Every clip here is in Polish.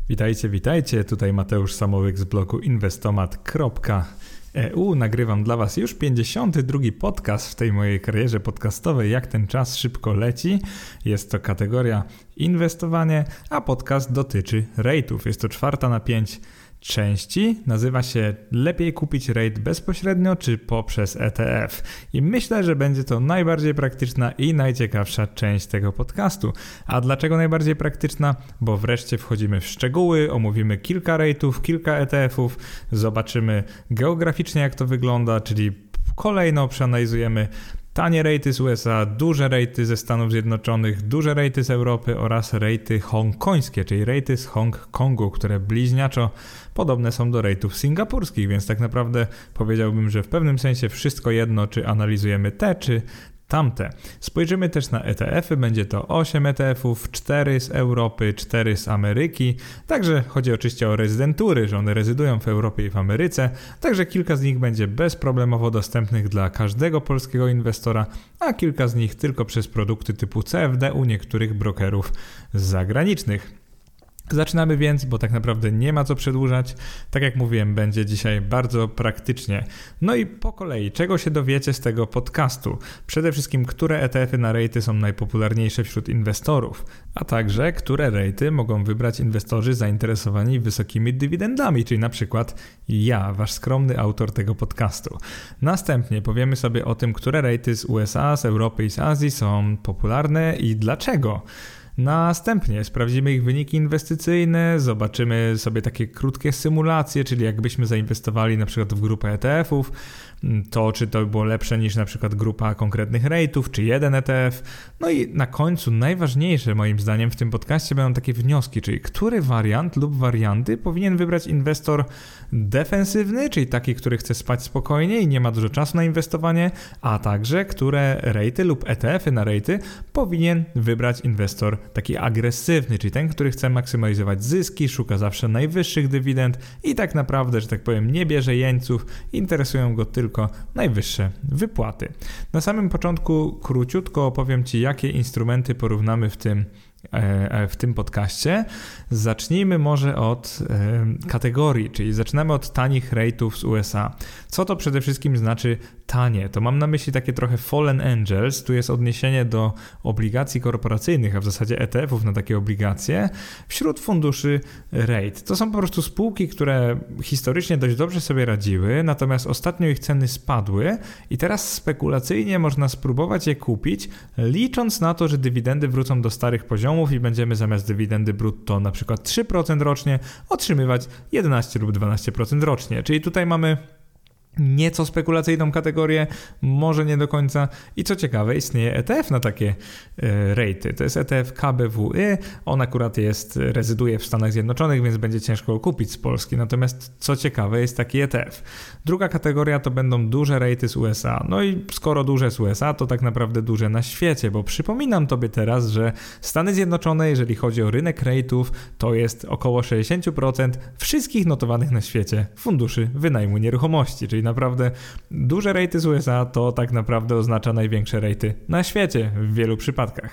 Witajcie, tutaj Mateusz Samołyk z blogu inwestomat.eu. Nagrywam dla Was już 52. podcast w tej mojej karierze podcastowej. Jak ten czas szybko leci. Jest to kategoria inwestowanie, a podcast dotyczy rate'ów. Jest to 4 na 5 części. Nazywa się Lepiej kupić rate bezpośrednio czy poprzez ETF. I myślę, że będzie to najbardziej praktyczna i najciekawsza część tego podcastu. A dlaczego najbardziej praktyczna? Bo wreszcie wchodzimy w szczegóły, omówimy kilka rate'ów, kilka ETF-ów, zobaczymy geograficznie jak to wygląda, czyli kolejno przeanalizujemy tanie rejty z USA, duże rejty ze Stanów Zjednoczonych, duże rejty z Europy oraz rejty hongkońskie, czyli rejty z Hongkongu, które bliźniaczo podobne są do rejtów singapurskich, więc tak naprawdę powiedziałbym, że w pewnym sensie wszystko jedno, czy analizujemy te, czy tamte. Spojrzymy też na ETF-y, będzie to 8 ETF-ów, 4 z Europy, 4 z Ameryki, także chodzi oczywiście o rezydentury, że one rezydują w Europie i w Ameryce, także kilka z nich będzie bezproblemowo dostępnych dla każdego polskiego inwestora, a kilka z nich tylko przez produkty typu CFD u niektórych brokerów zagranicznych. Zaczynamy więc, bo tak naprawdę nie ma co przedłużać. Tak jak mówiłem, będzie dzisiaj bardzo praktycznie. No i po kolei, czego się dowiecie z tego podcastu? Przede wszystkim, które ETF-y na rejty są najpopularniejsze wśród inwestorów, a także, które rejty mogą wybrać inwestorzy zainteresowani wysokimi dywidendami, czyli na przykład ja, wasz skromny autor tego podcastu. Następnie powiemy sobie o tym, które rejty z USA, z Europy i z Azji są popularne i dlaczego. Następnie sprawdzimy ich wyniki inwestycyjne, zobaczymy sobie takie krótkie symulacje, czyli jakbyśmy zainwestowali na przykład w grupę ETF-ów, to czy to było lepsze niż na przykład grupa konkretnych rate'ów, czy jeden ETF. No i na końcu najważniejsze moim zdaniem w tym podcaście będą takie wnioski, czyli który wariant lub warianty powinien wybrać inwestor defensywny, czyli taki, który chce spać spokojnie i nie ma dużo czasu na inwestowanie, a także które rate'y lub ETF-y na rate'y powinien wybrać inwestor taki agresywny, czyli ten, który chce maksymalizować zyski, szuka zawsze najwyższych dywidend i tak naprawdę, że tak powiem, nie bierze jeńców, interesują go tylko najwyższe wypłaty. Na samym początku króciutko opowiem Ci, jakie instrumenty porównamy w tym podcaście. Zacznijmy może od kategorii, czyli zaczynamy od tanich rate'ów z USA. Co to przede wszystkim znaczy tanie? To mam na myśli takie trochę fallen angels, tu jest odniesienie do obligacji korporacyjnych, a w zasadzie ETF-ów na takie obligacje wśród funduszy rate. To są po prostu spółki, które historycznie dość dobrze sobie radziły, natomiast ostatnio ich ceny spadły i teraz spekulacyjnie można spróbować je kupić, licząc na to, że dywidendy wrócą do starych poziomów i będziemy zamiast dywidendy brutto na przykład 3% rocznie otrzymywać 11 lub 12% rocznie. Czyli tutaj mamy nieco spekulacyjną kategorię, może nie do końca. I co ciekawe, istnieje ETF na takie rate'y. To jest ETF KBWI. On akurat rezyduje w Stanach Zjednoczonych, więc będzie ciężko go kupić z Polski. Natomiast co ciekawe, jest taki ETF. Druga kategoria to będą duże rate'y z USA. No i skoro duże z USA, to tak naprawdę duże na świecie, bo przypominam Tobie teraz, że Stany Zjednoczone, jeżeli chodzi o rynek rate'ów, to jest około 60% wszystkich notowanych na świecie funduszy wynajmu nieruchomości, czyli naprawdę duże rejty z USA to tak naprawdę oznacza największe rejty na świecie w wielu przypadkach.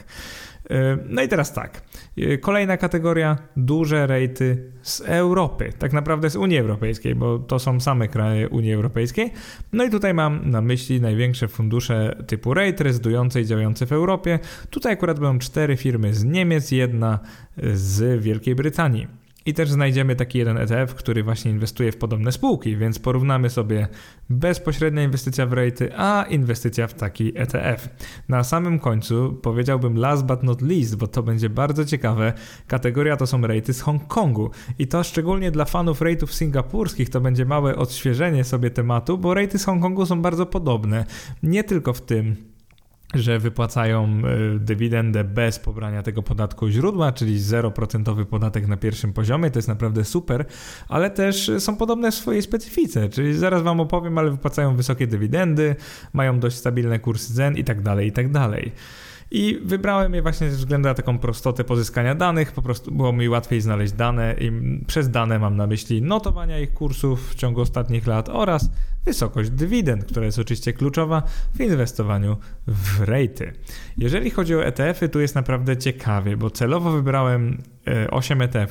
No i teraz tak, kolejna kategoria, duże rejty z Europy, tak naprawdę z Unii Europejskiej, bo to są same kraje Unii Europejskiej. No i tutaj mam na myśli największe fundusze typu rate rezydujące i działające w Europie. Tutaj akurat będą 4 firmy z Niemiec, jedna z Wielkiej Brytanii. I też znajdziemy taki jeden ETF, który właśnie inwestuje w podobne spółki, więc porównamy sobie bezpośrednia inwestycja w rejty, a inwestycja w taki ETF. Na samym końcu powiedziałbym last but not least, bo to będzie bardzo ciekawe, kategoria to są rejty z Hongkongu. I to szczególnie dla fanów rejtów singapurskich to będzie małe odświeżenie sobie tematu, bo rejty z Hongkongu są bardzo podobne. Nie tylko w tym, że wypłacają dywidendę bez pobrania tego podatku źródła, czyli 0% podatek na pierwszym poziomie, to jest naprawdę super, ale też są podobne w swojej specyfice, czyli zaraz Wam opowiem, ale wypłacają wysokie dywidendy, mają dość stabilne kursy cen i tak dalej, i tak dalej. I wybrałem je właśnie ze względu na taką prostotę pozyskania danych, po prostu było mi łatwiej znaleźć dane i przez dane mam na myśli notowania ich kursów w ciągu ostatnich lat oraz wysokość dywidend, która jest oczywiście kluczowa w inwestowaniu w rejty. Jeżeli chodzi o ETF-y, tu jest naprawdę ciekawie, bo celowo wybrałem 8 ETF-ów,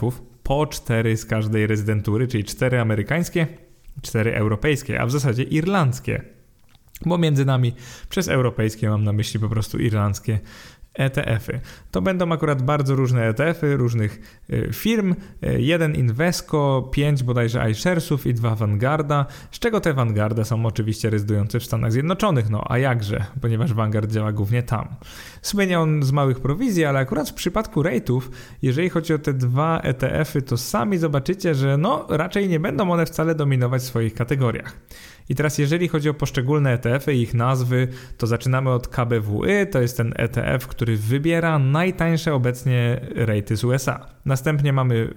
po 4 z każdej rezydentury, czyli 4 amerykańskie, 4 europejskie, a w zasadzie irlandzkie. Bo między nami przez europejskie mam na myśli po prostu irlandzkie ETF-y. To będą akurat bardzo różne ETF-y różnych firm. 1 Invesco, 5 bodajże iSharesów i 2 Vanguarda, z czego te Vanguarda są oczywiście rezydujące w Stanach Zjednoczonych, no a jakże, ponieważ Vanguard działa głównie tam. Słynie on z małych prowizji, ale akurat w przypadku rate'ów, jeżeli chodzi o te 2 ETF-y, to sami zobaczycie, że no raczej nie będą one wcale dominować w swoich kategoriach. I teraz jeżeli chodzi o poszczególne ETF-y i ich nazwy, to zaczynamy od KBWY, to jest ten ETF, który wybiera najtańsze obecnie rate'y z USA. Następnie mamy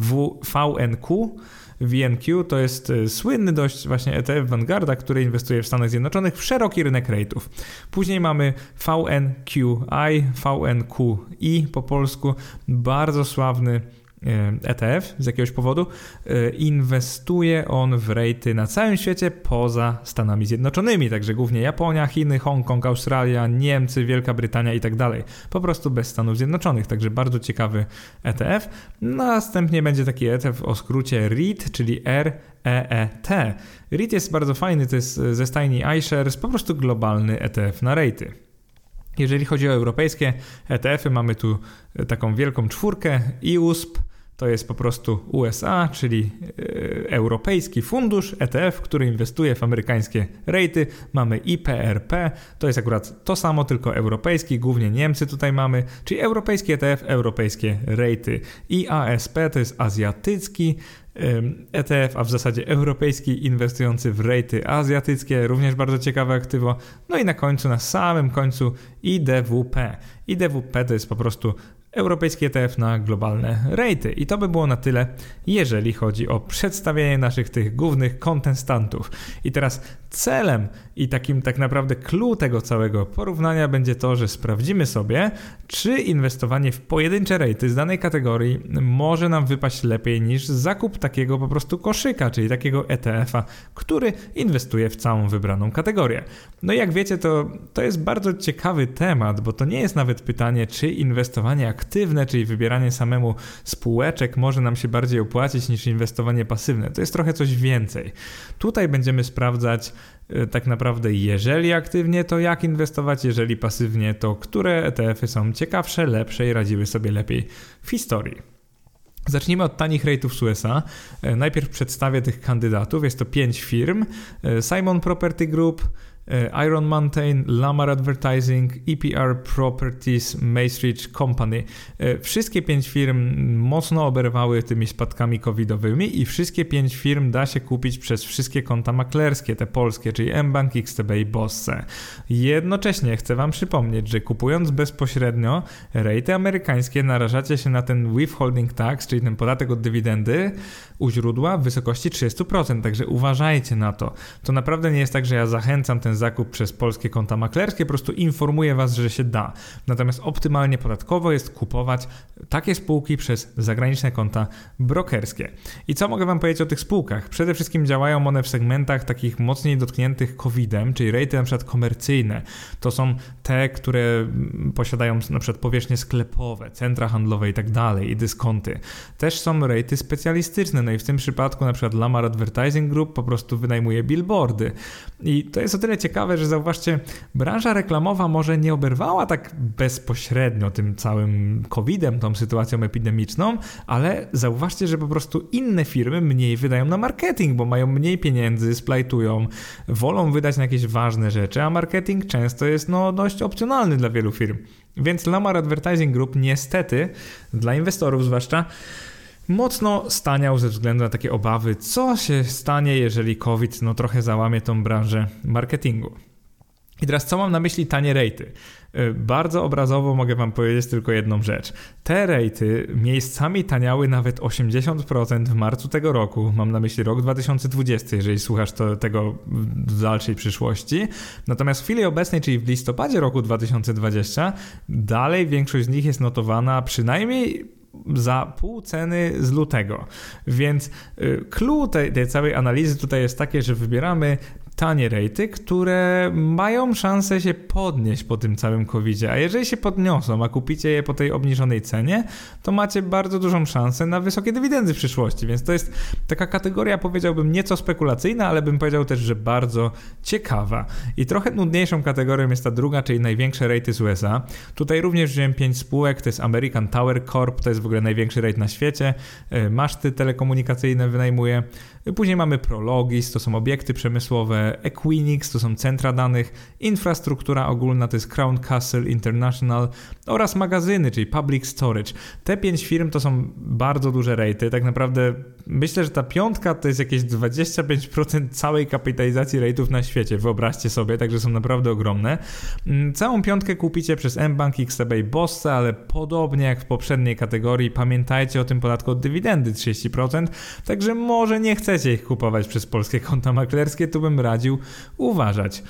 VNQ, to jest słynny dość właśnie ETF Vanguarda, który inwestuje w Stanach Zjednoczonych w szeroki rynek rate'ów. Później mamy VNQI po polsku, bardzo sławny ETF z jakiegoś powodu. Inwestuje on w rate'y na całym świecie poza Stanami Zjednoczonymi, także głównie Japonia, Chiny, Hongkong, Australia, Niemcy, Wielka Brytania i tak dalej. Po prostu bez Stanów Zjednoczonych, także bardzo ciekawy ETF. Następnie będzie taki ETF o skrócie REIT, czyli REET. REIT jest bardzo fajny, to jest ze stajni iShares, po prostu globalny ETF na rate'y. Jeżeli chodzi o europejskie ETF-y, mamy tu taką wielką czwórkę, IUSP, to jest po prostu USA, czyli Europejski Fundusz ETF, który inwestuje w amerykańskie rate'y. Mamy IPRP, to jest akurat to samo, tylko europejski, głównie Niemcy tutaj mamy, czyli europejski ETF, europejskie rate'y. IASP to jest azjatycki ETF, a w zasadzie europejski inwestujący w rate'y azjatyckie, również bardzo ciekawe aktywo. No i na samym końcu IDWP. IDWP to jest po prostu europejski ETF na globalne rate'y. I to by było na tyle, jeżeli chodzi o przedstawienie naszych tych głównych kontestantów. I teraz celem i takim tak naprawdę clue tego całego porównania będzie to, że sprawdzimy sobie, czy inwestowanie w pojedyncze rate'y z danej kategorii może nam wypaść lepiej niż zakup takiego po prostu koszyka, czyli takiego ETF-a, który inwestuje w całą wybraną kategorię. No i jak wiecie, to jest bardzo ciekawy temat, bo to nie jest nawet pytanie, czy inwestowanie aktywne, czyli wybieranie samemu spółeczek może nam się bardziej opłacić niż inwestowanie pasywne. To jest trochę coś więcej. Tutaj będziemy sprawdzać tak naprawdę, jeżeli aktywnie, to jak inwestować, jeżeli pasywnie, to które ETF-y są ciekawsze, lepsze i radziły sobie lepiej w historii. Zacznijmy od tanich rate'ów z USA. Najpierw przedstawię tych kandydatów. Jest to 5 firm. Simon Property Group, Iron Mountain, Lamar Advertising, EPR Properties, Macerich Company. Wszystkie 5 firm mocno oberwały tymi spadkami covidowymi i wszystkie 5 firm da się kupić przez wszystkie konta maklerskie, te polskie, czyli mBank, XTB i Bosse. Jednocześnie chcę Wam przypomnieć, że kupując bezpośrednio rate'y amerykańskie narażacie się na ten withholding tax, czyli ten podatek od dywidendy u źródła w wysokości 30%, także uważajcie na to. To naprawdę nie jest tak, że ja zachęcam ten zakup przez polskie konta maklerskie, po prostu informuję Was, że się da. Natomiast optymalnie podatkowo jest kupować takie spółki przez zagraniczne konta brokerskie. I co mogę Wam powiedzieć o tych spółkach? Przede wszystkim działają one w segmentach takich mocniej dotkniętych COVID-em, czyli rate'y na przykład komercyjne. To są te, które posiadają na przykład powierzchnie sklepowe, centra handlowe i tak dalej, i dyskonty. Też są rate'y specjalistyczne, no i w tym przypadku na przykład Lamar Advertising Group po prostu wynajmuje billboardy. I to jest o tyle ciekawe, że zauważcie, branża reklamowa może nie oberwała tak bezpośrednio tym całym COVID-em, tą sytuacją epidemiczną, ale zauważcie, że po prostu inne firmy mniej wydają na marketing, bo mają mniej pieniędzy, splajtują, wolą wydać na jakieś ważne rzeczy, a marketing często jest dość opcjonalny dla wielu firm. Więc Lamar Advertising Group niestety, dla inwestorów zwłaszcza, mocno staniał ze względu na takie obawy, co się stanie, jeżeli COVID trochę załamie tą branżę marketingu. I teraz co mam na myśli tanie rate'y? Bardzo obrazowo mogę Wam powiedzieć tylko jedną rzecz. Te rate'y miejscami taniały nawet 80% w marcu tego roku. Mam na myśli rok 2020, jeżeli słuchasz tego w dalszej przyszłości. Natomiast w chwili obecnej, czyli w listopadzie roku 2020, dalej większość z nich jest notowana przynajmniej za pół ceny z lutego. Więc clue tej całej analizy tutaj jest takie, że wybieramy tanie rejty, które mają szansę się podnieść po tym całym covidzie, a jeżeli się podniosą, a kupicie je po tej obniżonej cenie, to macie bardzo dużą szansę na wysokie dywidendy w przyszłości, więc to jest taka kategoria, powiedziałbym, nieco spekulacyjna, ale bym powiedział też, że bardzo ciekawa. I trochę nudniejszą kategorią jest ta druga, czyli największe rejty z USA. Tutaj również wziąłem 5 spółek, to jest American Tower Corp, to jest w ogóle największy rejt na świecie, maszty telekomunikacyjne wynajmuje. Później mamy Prologis, to są obiekty przemysłowe, Equinix, to są centra danych, infrastruktura ogólna, to jest Crown Castle International oraz magazyny, czyli Public Storage. Te 5 firm to są bardzo duże rejty, tak naprawdę myślę, że ta piątka to jest jakieś 25% całej kapitalizacji rejtów na świecie, wyobraźcie sobie, także są naprawdę ogromne. Całą piątkę kupicie przez mBank, XTB i Bossa, ale podobnie jak w poprzedniej kategorii, pamiętajcie o tym podatku od dywidendy 30%, także może nie chcecie ich kupować przez polskie konta maklerskie, tu bym radził uważać.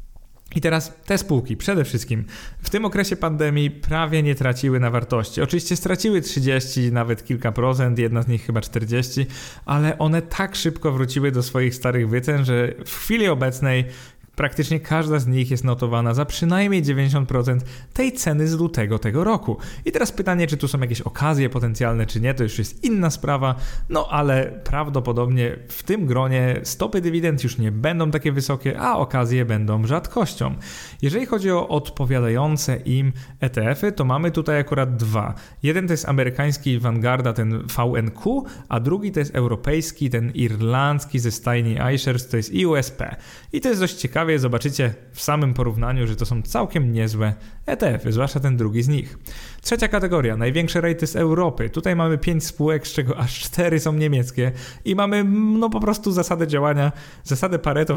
I teraz te spółki przede wszystkim w tym okresie pandemii prawie nie traciły na wartości. Oczywiście straciły 30, nawet kilka procent, jedna z nich chyba 40, ale one tak szybko wróciły do swoich starych wycen, że w chwili obecnej praktycznie każda z nich jest notowana za przynajmniej 90% tej ceny z lutego tego roku. I teraz pytanie, czy tu są jakieś okazje potencjalne, czy nie, to już jest inna sprawa, no ale prawdopodobnie w tym gronie stopy dywidend już nie będą takie wysokie, a okazje będą rzadkością. Jeżeli chodzi o odpowiadające im ETF-y, to mamy tutaj akurat dwa. Jeden to jest amerykański Vanguarda, ten VNQ, a drugi to jest europejski, ten irlandzki ze stajni iShares, to jest IUSP. I to jest dość ciekawe. Zobaczycie w samym porównaniu, że to są całkiem niezłe ETF-y, zwłaszcza ten drugi z nich. Trzecia kategoria, największe rejty z Europy. Tutaj mamy 5 spółek, z czego aż 4 są niemieckie i mamy po prostu zasadę działania, zasadę Pareto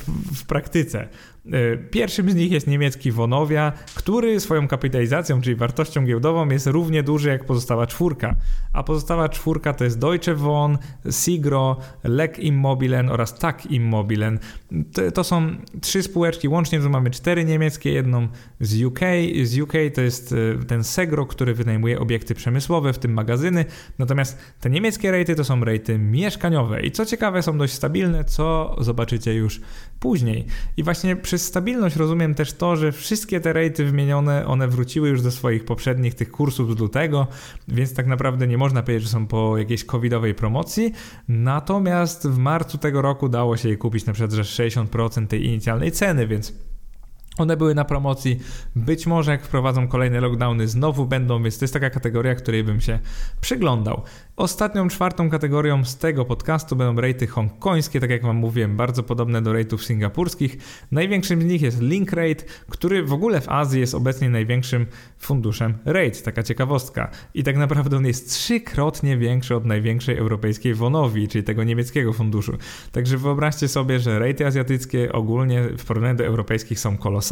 w praktyce. Pierwszym z nich jest niemiecki Vonovia, który swoją kapitalizacją, czyli wartością giełdową jest równie duży jak pozostała czwórka. A pozostała czwórka to jest Deutsche Wohnen, Sigro, Lek Immobilien oraz Tak Immobilien. To są 3 spółeczki, łącznie tu mamy 4 niemieckie, jedną z UK. Z UK to jest ten Segro, który wynajmuje obiekty przemysłowe, w tym magazyny. Natomiast te niemieckie rejty to są rejty mieszkaniowe i co ciekawe są dość stabilne, co zobaczycie już później. I właśnie przez stabilność rozumiem też to, że wszystkie te rejty wymienione, one wróciły już do swoich poprzednich tych kursów z lutego, więc tak naprawdę nie można powiedzieć, że są po jakiejś covidowej promocji. Natomiast w marcu tego roku dało się je kupić na przykład za 60% tej inicjalnej ceny, więc one były na promocji, być może jak wprowadzą kolejne lockdowny znowu będą, więc to jest taka kategoria, której bym się przyglądał. Ostatnią, czwartą kategorią z tego podcastu będą rejty hongkońskie, tak jak wam mówiłem, bardzo podobne do rejtów singapurskich. Największym z nich jest Linkrate, który w ogóle w Azji jest obecnie największym funduszem rate, taka ciekawostka. I tak naprawdę on jest 3-krotnie większy od największej europejskiej Vonovii, czyli tego niemieckiego funduszu. Także wyobraźcie sobie, że rejty azjatyckie ogólnie w porównaniu do europejskich są kolosalne.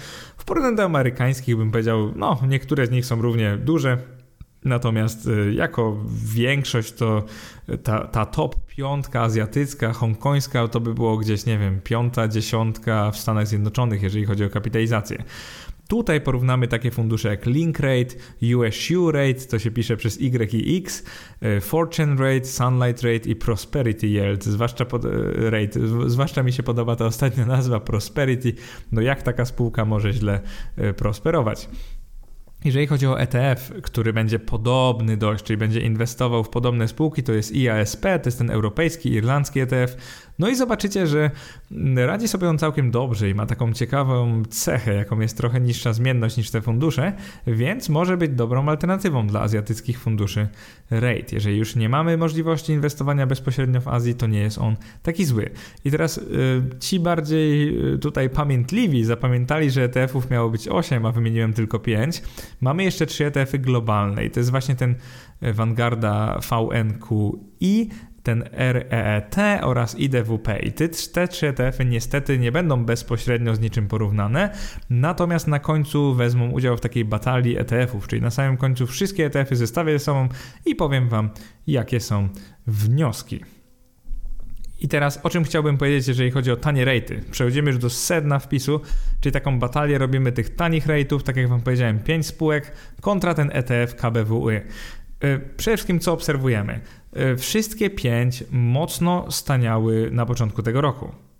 W porównaniu do amerykańskich bym powiedział, no niektóre z nich są równie duże, natomiast jako większość to ta top 5 azjatycka, hongkońska to by było gdzieś, nie wiem, 5., 10. w Stanach Zjednoczonych, jeżeli chodzi o kapitalizację. Tutaj porównamy takie fundusze jak Linkrate, USU Rate, to się pisze przez Y i X, Fortune Rate, Sunlight Rate i Prosperity Yield, zwłaszcza mi się podoba ta ostatnia nazwa Prosperity, no jak taka spółka może źle prosperować. Jeżeli chodzi o ETF, który będzie podobny dość, czyli będzie inwestował w podobne spółki, to jest IASP, to jest ten europejski, irlandzki ETF. No i zobaczycie, że radzi sobie on całkiem dobrze i ma taką ciekawą cechę, jaką jest trochę niższa zmienność niż te fundusze, więc może być dobrą alternatywą dla azjatyckich funduszy REIT. Jeżeli już nie mamy możliwości inwestowania bezpośrednio w Azji, to nie jest on taki zły. I teraz ci bardziej tutaj pamiętliwi zapamiętali, że ETF-ów miało być 8, a wymieniłem tylko 5. Mamy jeszcze 3 ETF-y globalne i to jest właśnie ten Vanguarda VNQI, ten REET oraz IDWP. I te 3 ETF-y niestety nie będą bezpośrednio z niczym porównane, natomiast na końcu wezmą udział w takiej batalii ETF-ów, czyli na samym końcu wszystkie ETF-y zestawię ze sobą i powiem wam, jakie są wnioski. I teraz o czym chciałbym powiedzieć, jeżeli chodzi o tanie rejty. Przechodzimy już do sedna wpisu, czyli taką batalię robimy tych tanich rejtów, tak jak wam powiedziałem, 5 spółek kontra ten ETF KBWY. Przede wszystkim co obserwujemy? Wszystkie 5 mocno staniały na początku tego roku.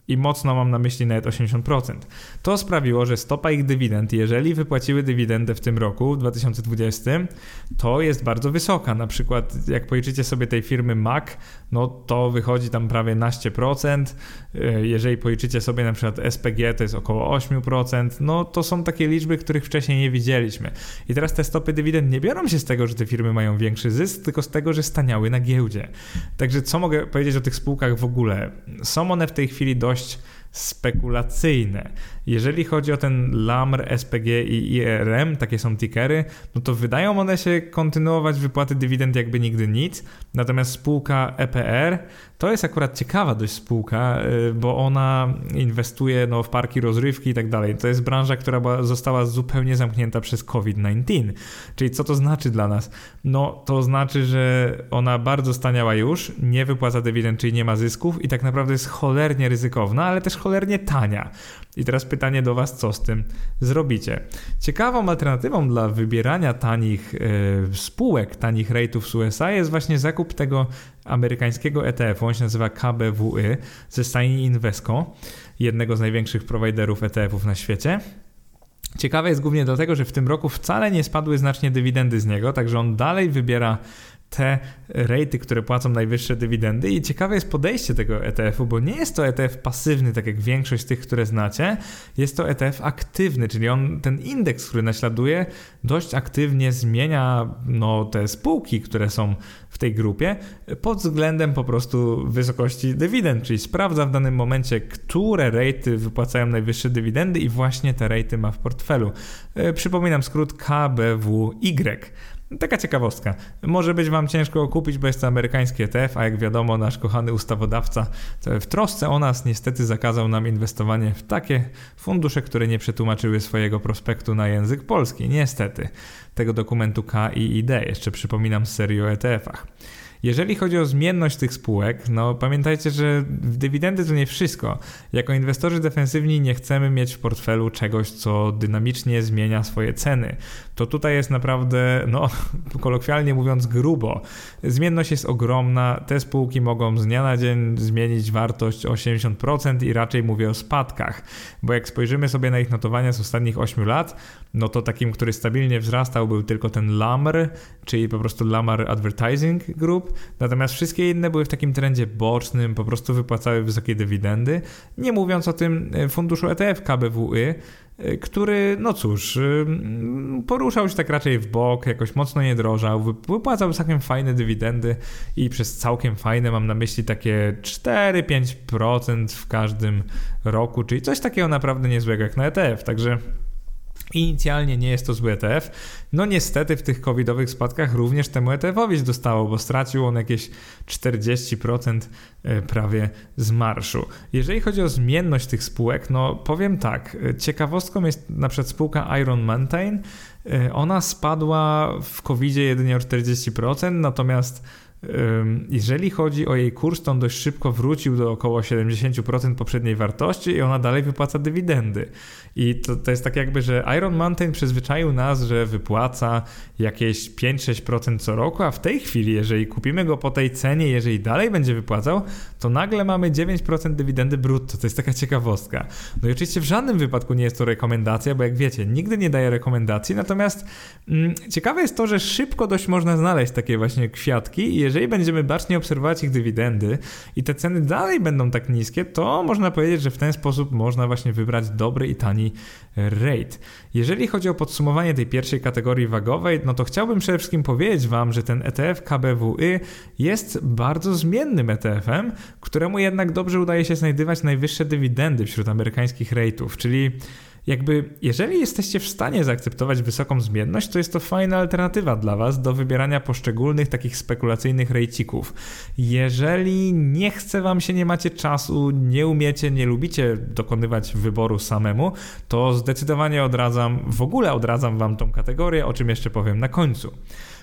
I mocno mam na myśli nawet 80%. To sprawiło, że stopa ich dywidend, jeżeli wypłaciły dywidendę w tym roku, w 2020, to jest bardzo wysoka. Na przykład jak policzycie sobie tej firmy Mac, no to wychodzi tam prawie 11%. Jeżeli policzycie sobie na przykład SPG, to jest około 8%. No to są takie liczby, których wcześniej nie widzieliśmy. I teraz te stopy dywidend nie biorą się z tego, że te firmy mają większy zysk, tylko z tego, że staniały na giełdzie. Także co mogę powiedzieć o tych spółkach w ogóle? Są one w tej chwili dość spekulacyjne. Jeżeli chodzi o ten LAMR, SPG i IRM, takie są tickery, no to wydają one się kontynuować wypłaty dywidend jakby nigdy nic. Natomiast spółka EPR to jest akurat ciekawa dość spółka, bo ona inwestuje w parki rozrywki i tak dalej. To jest branża, która została zupełnie zamknięta przez COVID-19. Czyli co to znaczy dla nas? No to znaczy, że ona bardzo staniała już, nie wypłaca dywidend, czyli nie ma zysków i tak naprawdę jest cholernie ryzykowna, ale też cholernie tania. I teraz pytanie do Was, co z tym zrobicie? Ciekawą alternatywą dla wybierania tanich spółek, tanich rate'ów z USA jest właśnie zakup tego amerykańskiego ETF-u, on się nazywa KBWY ze stajni Invesco, jednego z największych prowajderów ETF-ów na świecie. Ciekawe jest głównie dlatego, że w tym roku wcale nie spadły znacznie dywidendy z niego, także on dalej wybiera te rate'y, które płacą najwyższe dywidendy i ciekawe jest podejście tego ETF-u, bo nie jest to ETF pasywny, tak jak większość z tych, które znacie, jest to ETF aktywny, czyli on ten indeks, który naśladuje, dość aktywnie zmienia te spółki, które są w tej grupie pod względem po prostu wysokości dywidend, czyli sprawdza w danym momencie, które rate'y wypłacają najwyższe dywidendy i właśnie te rate'y ma w portfelu. Przypominam skrót KBWY. Taka ciekawostka. Może być Wam ciężko kupić, bo jest to amerykański ETF, a jak wiadomo nasz kochany ustawodawca w trosce o nas niestety zakazał nam inwestowanie w takie fundusze, które nie przetłumaczyły swojego prospektu na język polski. Niestety. Tego dokumentu KIID, jeszcze przypominam z serii o ETF-ach. Jeżeli chodzi o zmienność tych spółek, pamiętajcie, że dywidendy to nie wszystko. Jako inwestorzy defensywni nie chcemy mieć w portfelu czegoś, co dynamicznie zmienia swoje ceny. To tutaj jest naprawdę, kolokwialnie mówiąc, grubo. Zmienność jest ogromna, te spółki mogą z dnia na dzień zmienić wartość o 80% i raczej mówię o spadkach. Bo jak spojrzymy sobie na ich notowania z ostatnich 8 lat, to takim, który stabilnie wzrastał, był tylko ten LAMR, czyli po prostu LAMR Advertising Group. Natomiast wszystkie inne były w takim trendzie bocznym, po prostu wypłacały wysokie dywidendy. Nie mówiąc o tym funduszu ETF KBWY, który, poruszał się tak raczej w bok, jakoś mocno nie drożał, wypłacał całkiem fajne dywidendy i przez całkiem fajne mam na myśli takie 4-5% w każdym roku, czyli coś takiego naprawdę niezłego jak na ETF, także inicjalnie nie jest to zły ETF. Niestety w tych covidowych spadkach również temu ETF-owi się dostało, bo stracił on jakieś 40% prawie z marszu. Jeżeli chodzi o zmienność tych spółek, powiem tak, ciekawostką jest na przykład spółka Iron Mountain. Ona spadła w covidzie jedynie o 40%, natomiast jeżeli chodzi o jej kurs, to on dość szybko wrócił do około 70% poprzedniej wartości i ona dalej wypłaca dywidendy. I to jest tak jakby, że Iron Mountain przyzwyczaił nas, że wypłaca jakieś 5-6% co roku, a w tej chwili, jeżeli kupimy go po tej cenie, jeżeli dalej będzie wypłacał, to nagle mamy 9% dywidendy brutto. To jest taka ciekawostka. I oczywiście w żadnym wypadku nie jest to rekomendacja, bo jak wiecie, nigdy nie daję rekomendacji, natomiast ciekawe jest to, że szybko dość można znaleźć takie właśnie kwiatki i jeżeli będziemy bacznie obserwować ich dywidendy i te ceny dalej będą tak niskie, to można powiedzieć, że w ten sposób można właśnie wybrać dobry i tani rate. Jeżeli chodzi o podsumowanie tej pierwszej kategorii wagowej, to chciałbym przede wszystkim powiedzieć Wam, że ten ETF KBWY jest bardzo zmiennym ETF-em, któremu jednak dobrze udaje się znajdywać najwyższe dywidendy wśród amerykańskich rate'ów, czyli jeżeli jesteście w stanie zaakceptować wysoką zmienność, to jest to fajna alternatywa dla Was do wybierania poszczególnych takich spekulacyjnych rejcików. Jeżeli nie chce Wam się, nie macie czasu, nie umiecie, nie lubicie dokonywać wyboru samemu, to zdecydowanie odradzam Wam tą kategorię, o czym jeszcze powiem na końcu.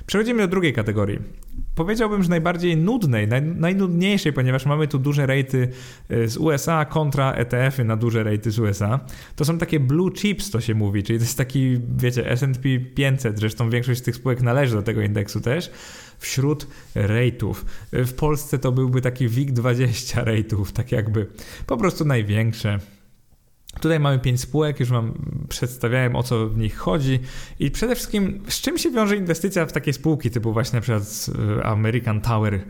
Przechodzimy do drugiej kategorii. Powiedziałbym, że najbardziej nudnej, najnudniejszej, ponieważ mamy tu duże rejty z USA kontra ETF-y na duże rejty z USA. To są takie blue chips, to się mówi, czyli to jest taki, wiecie, S&P 500, zresztą większość z tych spółek należy do tego indeksu też, wśród rejtów. W Polsce to byłby taki WIG20 rejtów, tak jakby po prostu największe. Tutaj mamy 5 spółek, już wam przedstawiałem, o co w nich chodzi i przede wszystkim z czym się wiąże inwestycja w takie spółki typu właśnie na przykład American Tower.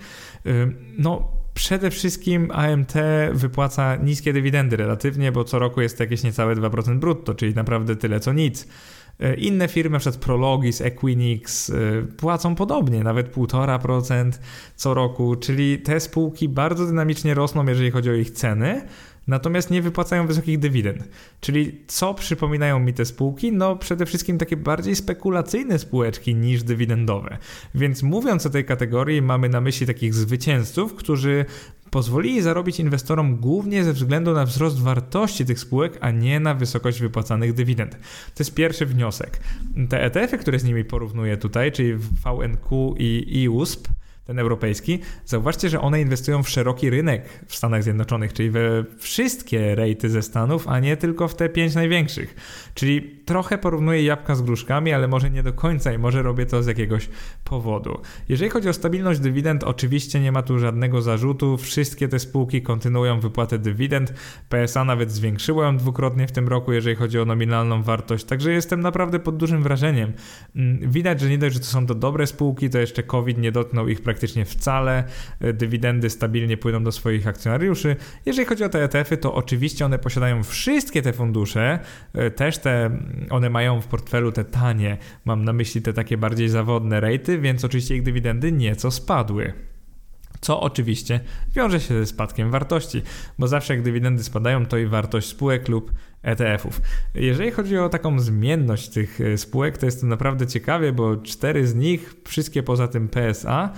No przede wszystkim AMT wypłaca niskie dywidendy relatywnie, bo co roku jest to jakieś niecałe 2% brutto, czyli naprawdę tyle co nic. Inne firmy, na przykład Prologis, Equinix płacą podobnie, nawet 1,5% co roku, czyli te spółki bardzo dynamicznie rosną, jeżeli chodzi o ich ceny, natomiast nie wypłacają wysokich dywidend. Czyli co przypominają mi te spółki? No przede wszystkim takie bardziej spekulacyjne spółeczki niż dywidendowe. Więc mówiąc o tej kategorii, mamy na myśli takich zwycięzców, którzy pozwolili zarobić inwestorom głównie ze względu na wzrost wartości tych spółek, a nie na wysokość wypłacanych dywidend. To jest pierwszy wniosek. Te ETF-y, które z nimi porównuję tutaj, czyli VNQ i IUSP, ten europejski, zauważcie, że one inwestują w szeroki rynek w Stanach Zjednoczonych, czyli we wszystkie rejty ze Stanów, a nie tylko w te 5 największych. Czyli trochę porównuję jabłka z gruszkami, ale może nie do końca i może robię to z jakiegoś powodu. Jeżeli chodzi o stabilność dywidend, oczywiście nie ma tu żadnego zarzutu. Wszystkie te spółki kontynuują wypłatę dywidend. PSA nawet zwiększyło ją dwukrotnie w tym roku, jeżeli chodzi o nominalną wartość. Także jestem naprawdę pod dużym wrażeniem. Widać, że nie dość, że to są to dobre spółki, to jeszcze COVID nie dotknął ich praktycznie wcale. Dywidendy stabilnie płyną do swoich akcjonariuszy. Jeżeli chodzi o te ETF-y, to oczywiście one posiadają wszystkie te fundusze, też one mają w portfelu te tanie, mam na myśli te takie bardziej zawodne rejty, więc oczywiście ich dywidendy nieco spadły. Co oczywiście wiąże się ze spadkiem wartości, bo zawsze jak dywidendy spadają, to i wartość spółek lub ETF-ów. Jeżeli chodzi o taką zmienność tych spółek, to jest to naprawdę ciekawie, bo 4 z nich, wszystkie poza tym PSA,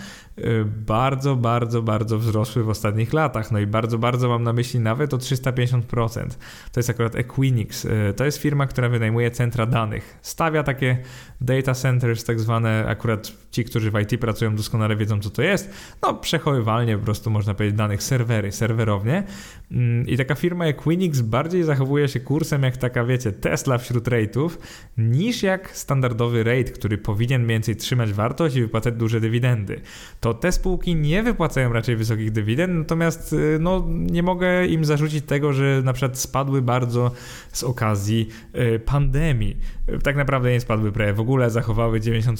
bardzo wzrosły w ostatnich latach. No i bardzo mam na myśli nawet o 350%. To jest akurat Equinix. To jest firma, która wynajmuje centra danych. Stawia takie data centers, tak zwane, akurat ci, którzy w IT pracują, doskonale wiedzą, co to jest. No, przechowywalnie po prostu, można powiedzieć, danych, serwerownie. I taka firma Equinix bardziej zachowuje się kursem jak taka, wiecie, Tesla wśród rate'ów, niż jak standardowy rate, który powinien mniej więcej trzymać wartość i wypłacać duże dywidendy. To te spółki nie wypłacają raczej wysokich dywidend, natomiast no, nie mogę im zarzucić tego, że na przykład spadły bardzo z okazji pandemii. Tak naprawdę nie spadły prawie w ogóle, zachowały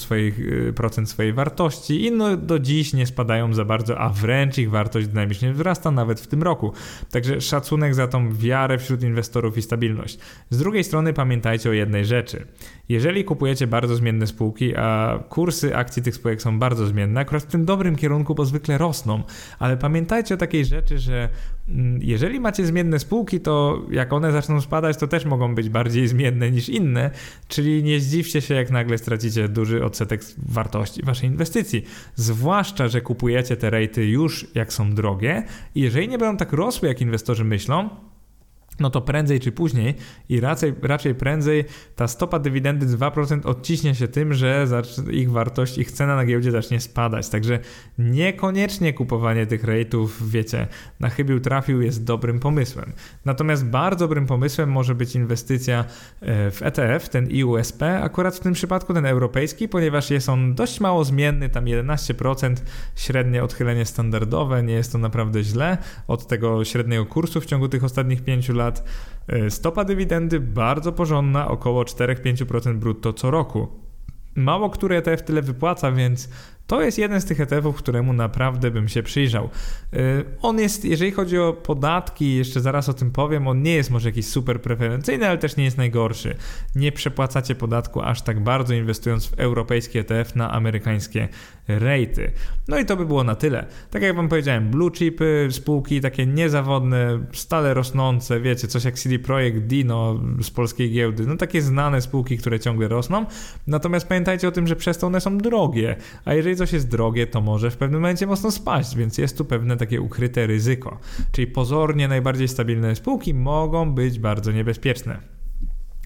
90% swojej wartości i no, do dziś nie spadają za bardzo, a wręcz ich wartość dynamicznie wzrasta nawet w tym roku. Także szacunek za tą wiarę wśród inwestorów i stabilność. Z drugiej strony pamiętajcie o jednej rzeczy. Jeżeli kupujecie bardzo zmienne spółki, a kursy akcji tych spółek są bardzo zmienne, akurat w tym dobrym kierunku, bo zwykle rosną, ale pamiętajcie o takiej rzeczy, że jeżeli macie zmienne spółki, to jak one zaczną spadać, to też mogą być bardziej zmienne niż inne, czyli nie zdziwcie się, jak nagle stracicie duży odsetek wartości waszej inwestycji. Zwłaszcza, że kupujecie te rejty już jak są drogie i jeżeli nie będą tak rosły, jak inwestorzy myślą, no to prędzej czy później i raczej prędzej ta stopa dywidendy 2% odciśnie się tym, że ich wartość, ich cena na giełdzie zacznie spadać. Także niekoniecznie kupowanie tych rate'ów, wiecie, na chybił trafił jest dobrym pomysłem. Natomiast bardzo dobrym pomysłem może być inwestycja w ETF, ten IUSP, akurat w tym przypadku ten europejski, ponieważ jest on dość mało zmienny, tam 11% średnie odchylenie standardowe, nie jest to naprawdę źle od tego średniego kursu w ciągu tych ostatnich 5 lat. Stopa dywidendy bardzo porządna, około 4-5% brutto co roku. Mało który ETF tyle wypłaca, więc to jest jeden z tych ETF-ów, któremu naprawdę bym się przyjrzał. On jest, jeżeli chodzi o podatki, jeszcze zaraz o tym powiem, on nie jest może jakiś super preferencyjny, ale też nie jest najgorszy. Nie przepłacacie podatku aż tak bardzo, inwestując w europejski ETF na amerykańskie rejty. No i to by było na tyle. Tak jak wam powiedziałem, blue chipy, spółki takie niezawodne, stale rosnące, wiecie, coś jak CD Projekt, Dino z polskiej giełdy, no takie znane spółki, które ciągle rosną. Natomiast pamiętajcie o tym, że przez to one są drogie, a jeżeli coś jest drogie, to może w pewnym momencie mocno spaść, więc jest tu pewne takie ukryte ryzyko. Czyli pozornie najbardziej stabilne spółki mogą być bardzo niebezpieczne.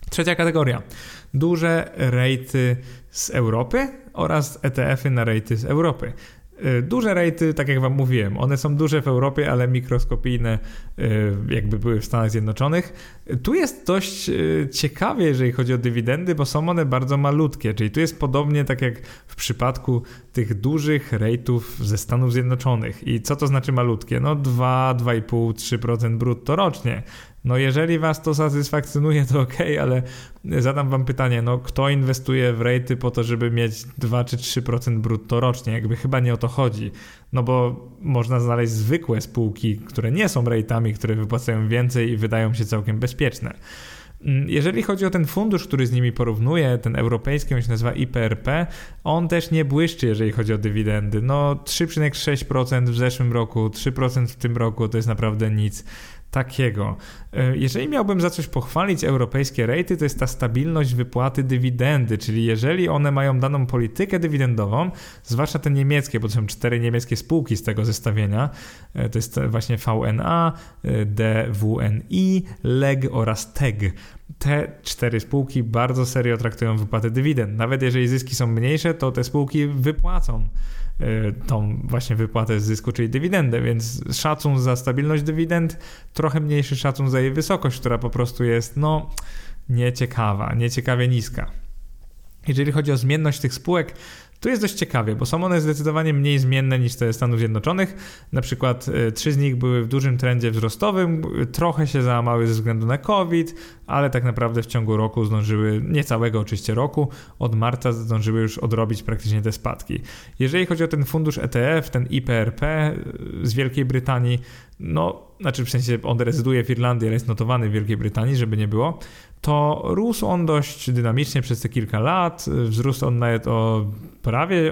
Trzecia kategoria. Duże rejty z Europy oraz ETF-y na rejty z Europy. Duże rejty, tak jak wam mówiłem, one są duże w Europie, ale mikroskopijne jakby były w Stanach Zjednoczonych. Tu jest dość ciekawie, jeżeli chodzi o dywidendy, bo są one bardzo malutkie, czyli tu jest podobnie tak jak w przypadku tych dużych rejtów ze Stanów Zjednoczonych. I co to znaczy malutkie? No 2, 2,5, 3% brutto rocznie. No jeżeli was to satysfakcjonuje, to okej, ale zadam wam pytanie, no kto inwestuje w rejty po to, żeby mieć 2 czy 3% brutto rocznie? Jakby chyba nie o to chodzi. No bo można znaleźć zwykłe spółki, które nie są rejtami, które wypłacają więcej i wydają się całkiem bezpieczne. Jeżeli chodzi o ten fundusz, który z nimi porównuje, ten europejski, on się nazywa IPRP, on też nie błyszczy, jeżeli chodzi o dywidendy. No 3,6% w zeszłym roku, 3% w tym roku, to jest naprawdę nic takiego. Jeżeli miałbym za coś pochwalić europejskie rejty, to jest ta stabilność wypłaty dywidendy, czyli jeżeli one mają daną politykę dywidendową, zwłaszcza te niemieckie, bo to są 4 niemieckie spółki z tego zestawienia, to jest właśnie VNA, DWNI, LEG oraz TEG. Te 4 spółki bardzo serio traktują wypłatę dywidend. Nawet jeżeli zyski są mniejsze, to te spółki wypłacą tą właśnie wypłatę z zysku, czyli dywidendę, więc szacun za stabilność dywidend, trochę mniejszy szacun za jej wysokość, która po prostu jest nieciekawie niska. Jeżeli chodzi o zmienność tych spółek, to jest dość ciekawie, bo są one zdecydowanie mniej zmienne niż te Stanów Zjednoczonych. Na przykład 3 z nich były w dużym trendzie wzrostowym, trochę się załamały ze względu na COVID, ale tak naprawdę w ciągu roku zdążyły, niecałego oczywiście roku, od marca zdążyły już odrobić praktycznie te spadki. Jeżeli chodzi o ten fundusz ETF, ten IPRP z Wielkiej Brytanii, w sensie on rezyduje w Irlandii, ale jest notowany w Wielkiej Brytanii, żeby nie było, to rósł on dość dynamicznie przez te kilka lat, wzrósł on nawet o prawie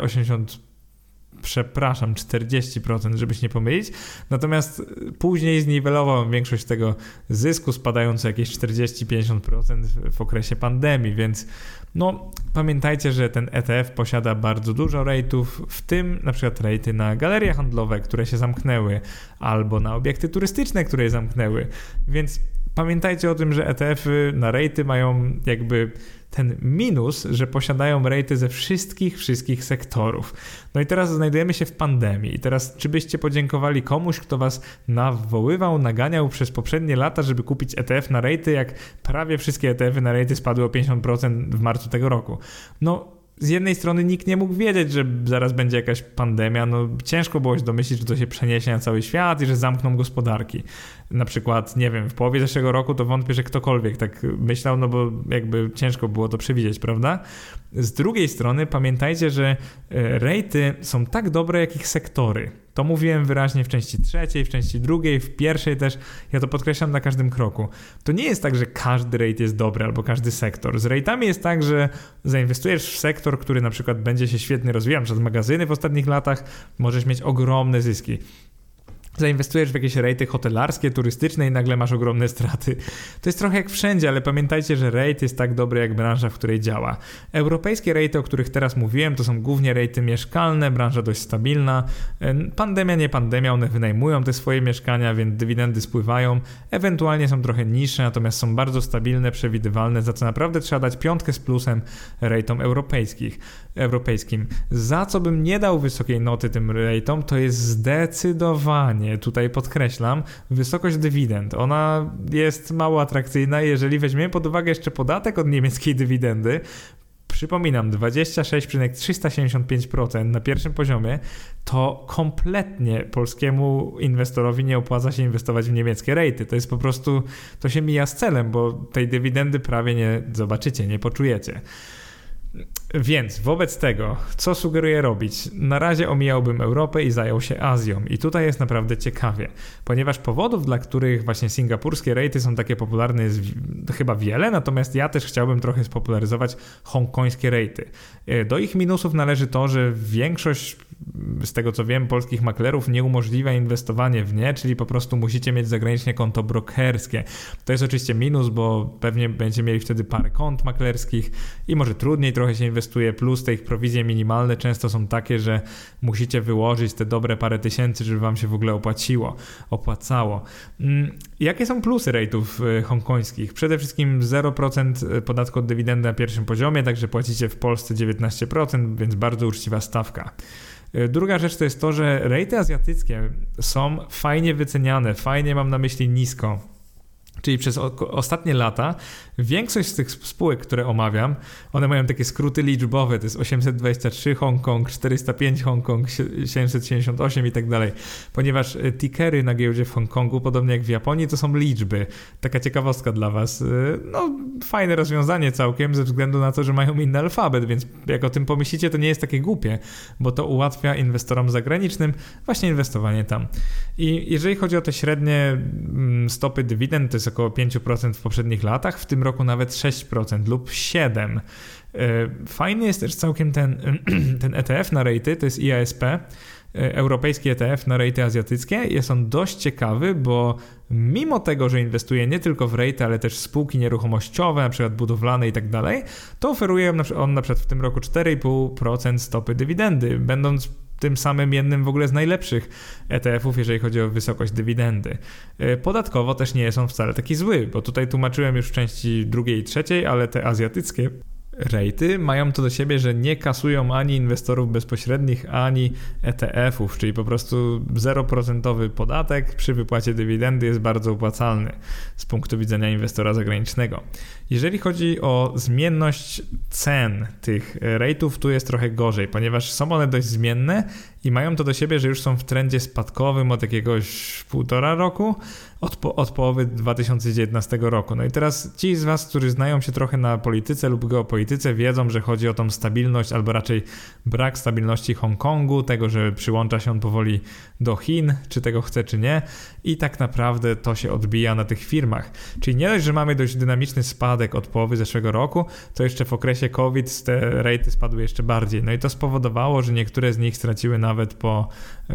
40%, żeby się nie pomylić, natomiast później zniwelował większość tego zysku, spadając o jakieś 40-50% w okresie pandemii, więc pamiętajcie, że ten ETF posiada bardzo dużo rejtów, w tym na przykład rejty na galerie handlowe, które się zamknęły, albo na obiekty turystyczne, które je zamknęły, więc pamiętajcie o tym, że ETF-y na rejty mają jakby ten minus, że posiadają rejty ze wszystkich sektorów. No i teraz znajdujemy się w pandemii. I teraz czy byście podziękowali komuś, kto was nawoływał, naganiał przez poprzednie lata, żeby kupić ETF na rejty, jak prawie wszystkie ETF-y na rejty spadły o 50% w marcu tego roku? Z jednej strony nikt nie mógł wiedzieć, że zaraz będzie jakaś pandemia, ciężko było się domyślić, że to się przeniesie na cały świat i że zamkną gospodarki. Na przykład, nie wiem, w połowie zeszłego roku to wątpię, że ktokolwiek tak myślał, bo jakby ciężko było to przewidzieć, prawda? Z drugiej strony pamiętajcie, że rejty są tak dobre, jak ich sektory. To mówiłem wyraźnie w części 3, w części 2, w pierwszej też, ja to podkreślam na każdym kroku. To nie jest tak, że każdy rejt jest dobry albo każdy sektor. Z rejtami jest tak, że zainwestujesz w sektor, który na przykład będzie się świetnie rozwijał, przez magazyny w ostatnich latach, możesz mieć ogromne zyski. Zainwestujesz w jakieś rejty hotelarskie, turystyczne i nagle masz ogromne straty. To jest trochę jak wszędzie, ale pamiętajcie, że rejt jest tak dobry jak branża, w której działa. Europejskie rejty, o których teraz mówiłem, to są głównie rejty mieszkalne, branża dość stabilna. Pandemia, nie pandemia, one wynajmują te swoje mieszkania, więc dywidendy spływają. Ewentualnie są trochę niższe, natomiast są bardzo stabilne, przewidywalne, za co naprawdę trzeba dać 5 z plusem rejtom europejskim. Za co bym nie dał wysokiej noty tym rejtom, to jest zdecydowanie, tutaj podkreślam, wysokość dywidend. Ona jest mało atrakcyjna, jeżeli weźmiemy pod uwagę jeszcze podatek od niemieckiej dywidendy. Przypominam, 26,375% na pierwszym poziomie, to kompletnie polskiemu inwestorowi nie opłaca się inwestować w niemieckie rejty. To jest po prostu, to się mija z celem, bo tej dywidendy prawie nie zobaczycie, nie poczujecie. Więc wobec tego, co sugeruję robić? Na razie omijałbym Europę i zajął się Azją. I tutaj jest naprawdę ciekawie, ponieważ powodów, dla których właśnie singapurskie rejty są takie popularne, jest chyba wiele, natomiast ja też chciałbym trochę spopularyzować hongkońskie rejty. Do ich minusów należy to, że większość z tego co wiem, polskich maklerów nie umożliwia inwestowanie w nie, czyli po prostu musicie mieć zagranicznie konto brokerskie. To jest oczywiście minus, bo pewnie będziecie mieli wtedy parę kont maklerskich i może trudniej trochę się inwestuje, plus te ich prowizje minimalne często są takie, że musicie wyłożyć te dobre parę tysięcy, żeby wam się w ogóle opłacało. Jakie są plusy rate'ów hongkońskich? Przede wszystkim 0% podatku od dywidendy na pierwszym poziomie, także płacicie w Polsce 19%, więc bardzo uczciwa stawka. Druga rzecz to jest to, że rejty azjatyckie są fajnie wyceniane, fajnie mam na myśli nisko. Czyli przez ostatnie lata większość z tych spółek, które omawiam, one mają takie skróty liczbowe, to jest 823 Hongkong, 405 Hongkong, 778 i tak dalej, ponieważ tickery na giełdzie w Hongkongu, podobnie jak w Japonii, to są liczby. Taka ciekawostka dla was. No, fajne rozwiązanie całkiem ze względu na to, że mają inny alfabet, więc jak o tym pomyślicie, to nie jest takie głupie, bo to ułatwia inwestorom zagranicznym właśnie inwestowanie tam. I jeżeli chodzi o te średnie stopy dywidend, to jest około 5% w poprzednich latach, w tym roku nawet 6% lub 7%. Fajny jest też całkiem ten ETF na rejty, to jest IASP, europejski ETF na rejty azjatyckie. Jest on dość ciekawy, bo mimo tego, że inwestuje nie tylko w rejty, ale też w spółki nieruchomościowe, na przykład budowlane i tak dalej, to oferuje on na przykład w tym roku 4,5% stopy dywidendy, będąc tym samym jednym w ogóle z najlepszych ETF-ów, jeżeli chodzi o wysokość dywidendy. Podatkowo też nie jest on wcale taki zły, bo tutaj tłumaczyłem już w części drugiej i trzeciej, ale te azjatyckie rejty mają to do siebie, że nie kasują ani inwestorów bezpośrednich, ani ETF-ów, czyli po prostu 0% podatek przy wypłacie dywidendy jest bardzo opłacalny z punktu widzenia inwestora zagranicznego. Jeżeli chodzi o zmienność cen tych rejtów, tu jest trochę gorzej, ponieważ są one dość zmienne i mają to do siebie, że już są w trendzie spadkowym od jakiegoś 1,5 roku, od połowy 2019 roku. No i teraz ci z was, którzy znają się trochę na polityce lub geopolityce, wiedzą, że chodzi o tą stabilność, albo raczej brak stabilności Hongkongu, tego, że przyłącza się on powoli do Chin, czy tego chce, czy nie, i tak naprawdę to się odbija na tych firmach. Czyli nie dość, że mamy dość dynamiczny spadek od połowy zeszłego roku, to jeszcze w okresie COVID te rejty spadły jeszcze bardziej. No i to spowodowało, że niektóre z nich straciły nawet po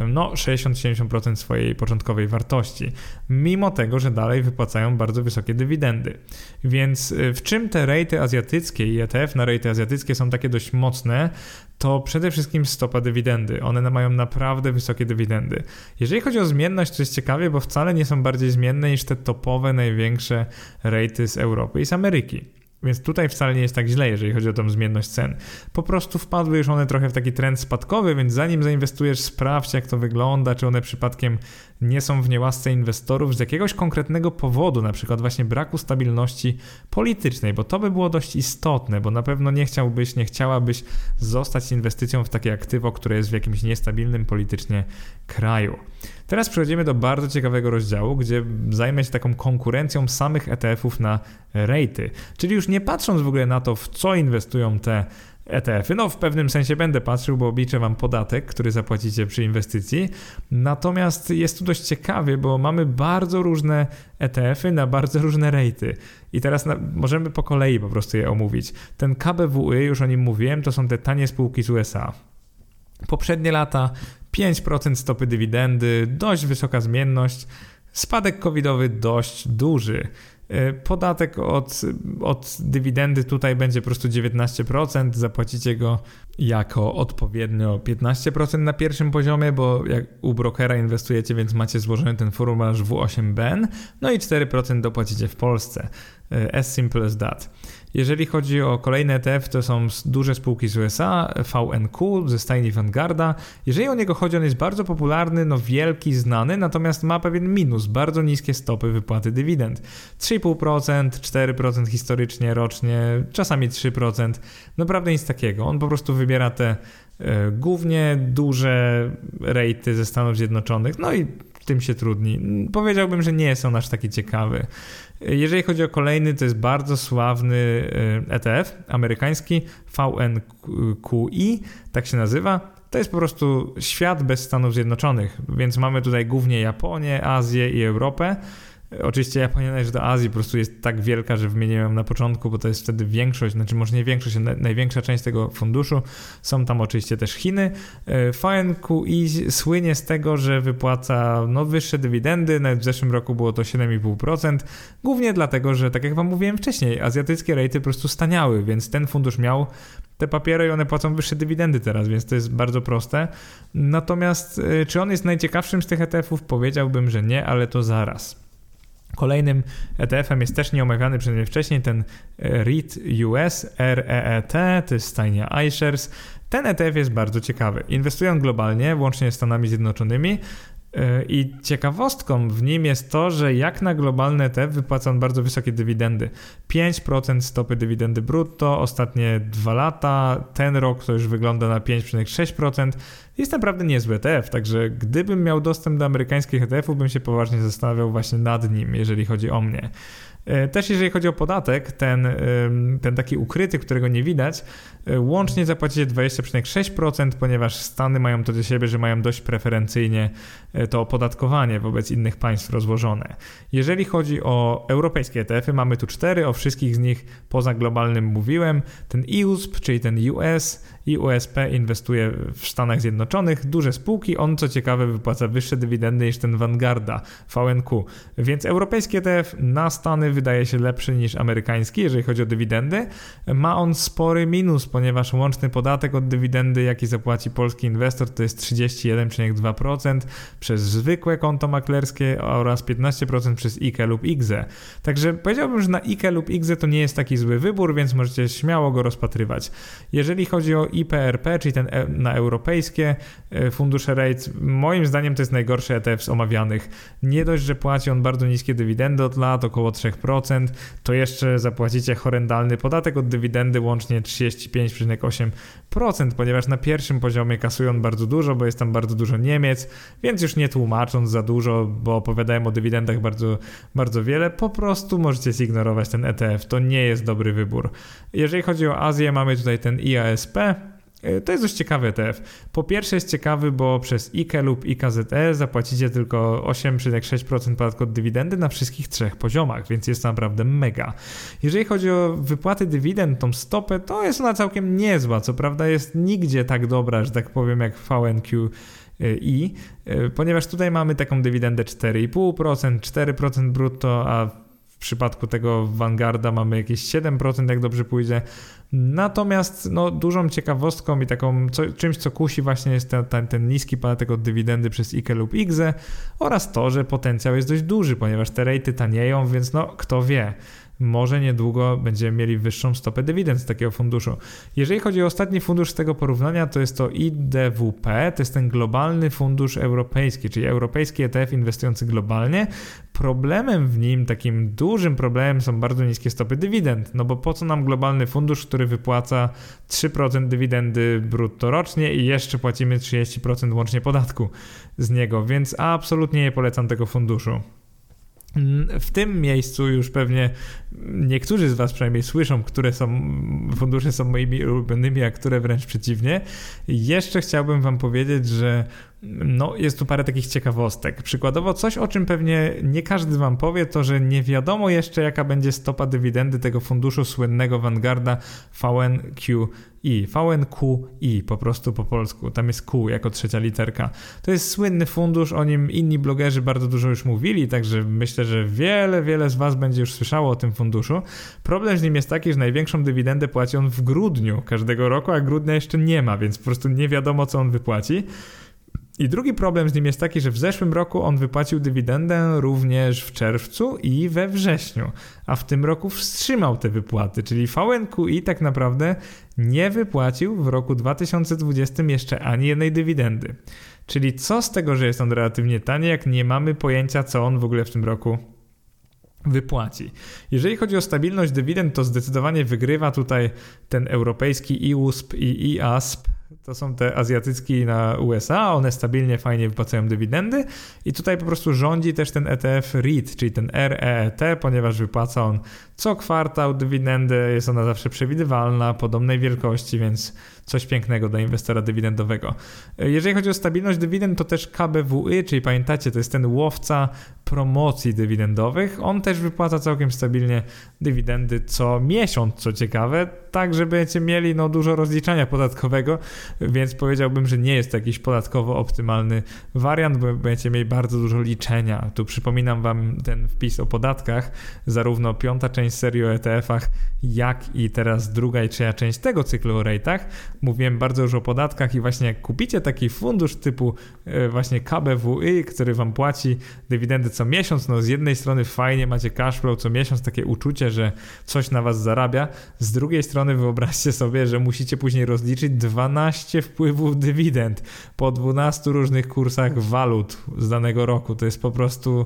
60-70% swojej początkowej wartości. Mimo tego, że dalej wypłacają bardzo wysokie dywidendy. Więc w czym te rejty azjatyckie i ETF na rejty azjatyckie są takie dość mocne, to przede wszystkim stopa dywidendy. One mają naprawdę wysokie dywidendy. Jeżeli chodzi o zmienność, to jest ciekawie, bo wcale nie są bardziej zmienne niż te topowe, największe rejty z Europy i z Ameryki. Więc tutaj wcale nie jest tak źle, jeżeli chodzi o tą zmienność cen. Po prostu wpadły już one trochę w taki trend spadkowy, więc zanim zainwestujesz, sprawdź, jak to wygląda, czy one przypadkiem nie są w niełasce inwestorów z jakiegoś konkretnego powodu, na przykład właśnie braku stabilności politycznej, bo to by było dość istotne, bo na pewno nie chciałabyś zostać inwestycją w takie aktywo, które jest w jakimś niestabilnym politycznie kraju. Teraz przechodzimy do bardzo ciekawego rozdziału, gdzie zajmę się taką konkurencją samych ETF-ów na rejty, czyli już nie patrząc w ogóle na to, w co inwestują te ETF-y. No w pewnym sensie będę patrzył, bo obliczę wam podatek, który zapłacicie przy inwestycji. Natomiast jest tu dość ciekawie, bo mamy bardzo różne ETF-y na bardzo różne rejty. I teraz możemy po kolei po prostu je omówić. Ten KBWI, już o nim mówiłem, to są te tanie spółki z USA. Poprzednie lata 5% stopy dywidendy, dość wysoka zmienność, spadek covidowy dość duży. Podatek od dywidendy tutaj będzie po prostu 19%, zapłacicie go jako odpowiednio 15% na pierwszym poziomie, bo jak u brokera inwestujecie, więc macie złożony ten formularz W8BN, no i 4% dopłacicie w Polsce. As simple as that. Jeżeli chodzi o kolejny ETF, to są duże spółki z USA, VNQ ze stajni Vanguarda. Jeżeli o niego chodzi, on jest bardzo popularny, wielki, znany, natomiast ma pewien minus, bardzo niskie stopy wypłaty dywidend. 3,5%, 4% historycznie, rocznie, czasami 3%. Naprawdę nic takiego. On po prostu wybiera te głównie duże rejty ze Stanów Zjednoczonych, no i tym się trudni. Powiedziałbym, że nie jest on aż taki ciekawy. Jeżeli chodzi o kolejny, to jest bardzo sławny ETF amerykański, VNQI, tak się nazywa. To jest po prostu świat bez Stanów Zjednoczonych, więc mamy tutaj głównie Japonię, Azję i Europę. Oczywiście Japonia należy do Azji, po prostu jest tak wielka, że wymieniłem na początku, bo to jest wtedy większość, znaczy może nie większość, największa część tego funduszu. Są tam oczywiście też Chiny. VNQI słynie z tego, że wypłaca wyższe dywidendy, nawet w zeszłym roku było to 7,5%, głównie dlatego, że tak jak wam mówiłem wcześniej, azjatyckie rejty po prostu staniały, więc ten fundusz miał te papiery i one płacą wyższe dywidendy teraz, więc to jest bardzo proste. Natomiast czy on jest najciekawszym z tych ETF-ów? Powiedziałbym, że nie, ale to zaraz. Kolejnym ETF-em jest też nieomawiany przeze mnie wcześniej, ten REIT US, REET, to jest stajnia iShares. Ten ETF jest bardzo ciekawy. Inwestują globalnie, łącznie z Stanami Zjednoczonymi. I ciekawostką w nim jest to, że jak na globalny ETF wypłaca on bardzo wysokie dywidendy. 5% stopy dywidendy brutto, ostatnie 2 lata, ten rok to już wygląda na 5,6%. Jest naprawdę niezły ETF, także gdybym miał dostęp do amerykańskich ETF-ów, bym się poważnie zastanawiał właśnie nad nim, jeżeli chodzi o mnie. Też jeżeli chodzi o podatek, ten taki ukryty, którego nie widać, łącznie zapłacicie 20,6%, ponieważ Stany mają to do siebie, że mają dość preferencyjnie to opodatkowanie wobec innych państw rozłożone. Jeżeli chodzi o europejskie ETF-y, mamy tu 4, o wszystkich z nich poza globalnym mówiłem. Ten IUSP, czyli ten US i USP inwestuje w Stanach Zjednoczonych, duże spółki, on co ciekawe wypłaca wyższe dywidendy niż ten Vanguarda, VNQ, więc europejski ETF na Stany wydaje się lepszy niż amerykański, jeżeli chodzi o dywidendy. Ma on spory minus, ponieważ łączny podatek od dywidendy, jaki zapłaci polski inwestor, to jest 31,2% przez zwykłe konto maklerskie oraz 15% przez IKE lub IGZE. Także powiedziałbym, że na IKE lub IGZE to nie jest taki zły wybór, więc możecie śmiało go rozpatrywać. Jeżeli chodzi o IPRP, czyli ten na europejskie fundusze REIT, moim zdaniem to jest najgorszy ETF z omawianych. Nie dość, że płaci on bardzo niskie dywidendy od lat, około 3%, to jeszcze zapłacicie horrendalny podatek od dywidendy, łącznie 35,8%, ponieważ na pierwszym poziomie kasuje on bardzo dużo, bo jest tam bardzo dużo Niemiec, więc już nie tłumacząc za dużo, bo opowiadałem o dywidendach bardzo, bardzo wiele, po prostu możecie zignorować ten ETF, to nie jest dobry wybór. Jeżeli chodzi o Azję, mamy tutaj ten IASP. To jest dość ciekawy ETF. Po pierwsze jest ciekawy, bo przez IKE lub IKZE zapłacicie tylko 8,6% podatku od dywidendy na wszystkich 3 poziomach, więc jest to naprawdę mega. Jeżeli chodzi o wypłaty dywidend, tą stopę, to jest ona całkiem niezła. Co prawda jest nigdzie tak dobra, że tak powiem, jak VNQI, ponieważ tutaj mamy taką dywidendę 4,5%, 4% brutto, a w przypadku tego Vanguarda mamy jakieś 7%, jak dobrze pójdzie. Natomiast dużą ciekawostką i taką czymś, co kusi właśnie jest ten niski podatek od dywidendy przez IKE lub IGZE oraz to, że potencjał jest dość duży, ponieważ te rejty tanieją, więc kto wie. Może niedługo będziemy mieli wyższą stopę dywidend z takiego funduszu. Jeżeli chodzi o ostatni fundusz z tego porównania, to jest to IDWP, to jest ten globalny fundusz europejski, czyli europejski ETF inwestujący globalnie. Problemem w nim, takim dużym problemem są bardzo niskie stopy dywidend, bo po co nam globalny fundusz, który wypłaca 3% dywidendy brutto rocznie i jeszcze płacimy 30% łącznie podatku z niego, więc absolutnie nie polecam tego funduszu. W tym miejscu już pewnie niektórzy z was przynajmniej słyszą, które fundusze są moimi ulubionymi, a które wręcz przeciwnie. Jeszcze chciałbym wam powiedzieć, że jest tu parę takich ciekawostek. Przykładowo coś, o czym pewnie nie każdy wam powie, to że nie wiadomo jeszcze, jaka będzie stopa dywidendy tego funduszu słynnego Vanguarda VNQI, po prostu po polsku. Tam jest Q jako 3. literka. To jest słynny fundusz, o nim inni blogerzy bardzo dużo już mówili, także myślę, że wiele z was będzie już słyszało o tym funduszu. Problem z nim jest taki, że największą dywidendę płaci on w grudniu każdego roku, a grudnia jeszcze nie ma, więc po prostu nie wiadomo, co on wypłaci. I drugi problem z nim jest taki, że w zeszłym roku on wypłacił dywidendę również w czerwcu i we wrześniu, a w tym roku wstrzymał te wypłaty, czyli VNQI tak naprawdę nie wypłacił w roku 2020 jeszcze ani jednej dywidendy. Czyli co z tego, że jest on relatywnie tani, jak nie mamy pojęcia, co on w ogóle w tym roku wypłaci. Jeżeli chodzi o stabilność dywidend, to zdecydowanie wygrywa tutaj ten europejski IUSP i IASP. To są te azjatyckie na USA, one stabilnie, fajnie wypłacają dywidendy i tutaj po prostu rządzi też ten ETF REIT, czyli ten REET, ponieważ wypłaca on co kwartał dywidendę, jest ona zawsze przewidywalna, podobnej wielkości, więc coś pięknego dla inwestora dywidendowego. Jeżeli chodzi o stabilność dywidend, to też KBWI, czyli pamiętacie, to jest ten łowca promocji dywidendowych. On też wypłaca całkiem stabilnie dywidendy co miesiąc, co ciekawe, tak że będziecie mieli dużo rozliczania podatkowego, więc powiedziałbym, że nie jest to jakiś podatkowo optymalny wariant, bo będziecie mieli bardzo dużo liczenia. Tu przypominam wam ten wpis o podatkach, zarówno 5. część serii o ETF-ach, jak i teraz 2. i 3. część tego cyklu o rate'ach. Mówiłem bardzo dużo o podatkach i właśnie jak kupicie taki fundusz typu właśnie KBWI, który wam płaci dywidendy co miesiąc, z jednej strony fajnie macie cashflow co miesiąc, takie uczucie, że coś na was zarabia, z drugiej strony wyobraźcie sobie, że musicie później rozliczyć 12 wpływów dywidend po 12 różnych kursach walut z danego roku. To jest po prostu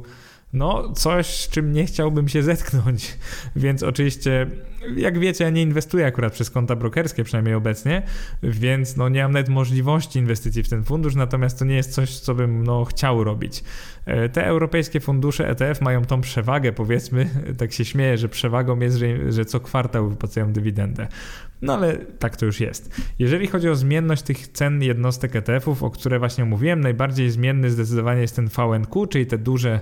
coś, z czym nie chciałbym się zetknąć, więc oczywiście, jak wiecie, ja nie inwestuję akurat przez konta brokerskie, przynajmniej obecnie, więc nie mam nawet możliwości inwestycji w ten fundusz, natomiast to nie jest coś, co bym chciał robić. Te europejskie fundusze ETF mają tą przewagę, powiedzmy, tak się śmieję, że przewagą jest, że co kwartał wypłacają dywidendę. Ale tak to już jest. Jeżeli chodzi o zmienność tych cen jednostek ETF-ów, o które właśnie mówiłem, najbardziej zmienny zdecydowanie jest ten VNQ, czyli te duże,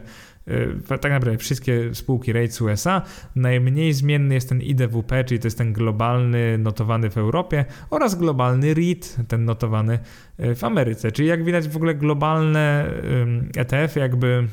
tak naprawdę wszystkie spółki REITs USA. Najmniej zmienny jest ten IDWP, czyli to jest ten globalny notowany w Europie, oraz globalny REIT, ten notowany w Ameryce. Czyli jak widać w ogóle globalne ETF-y jakby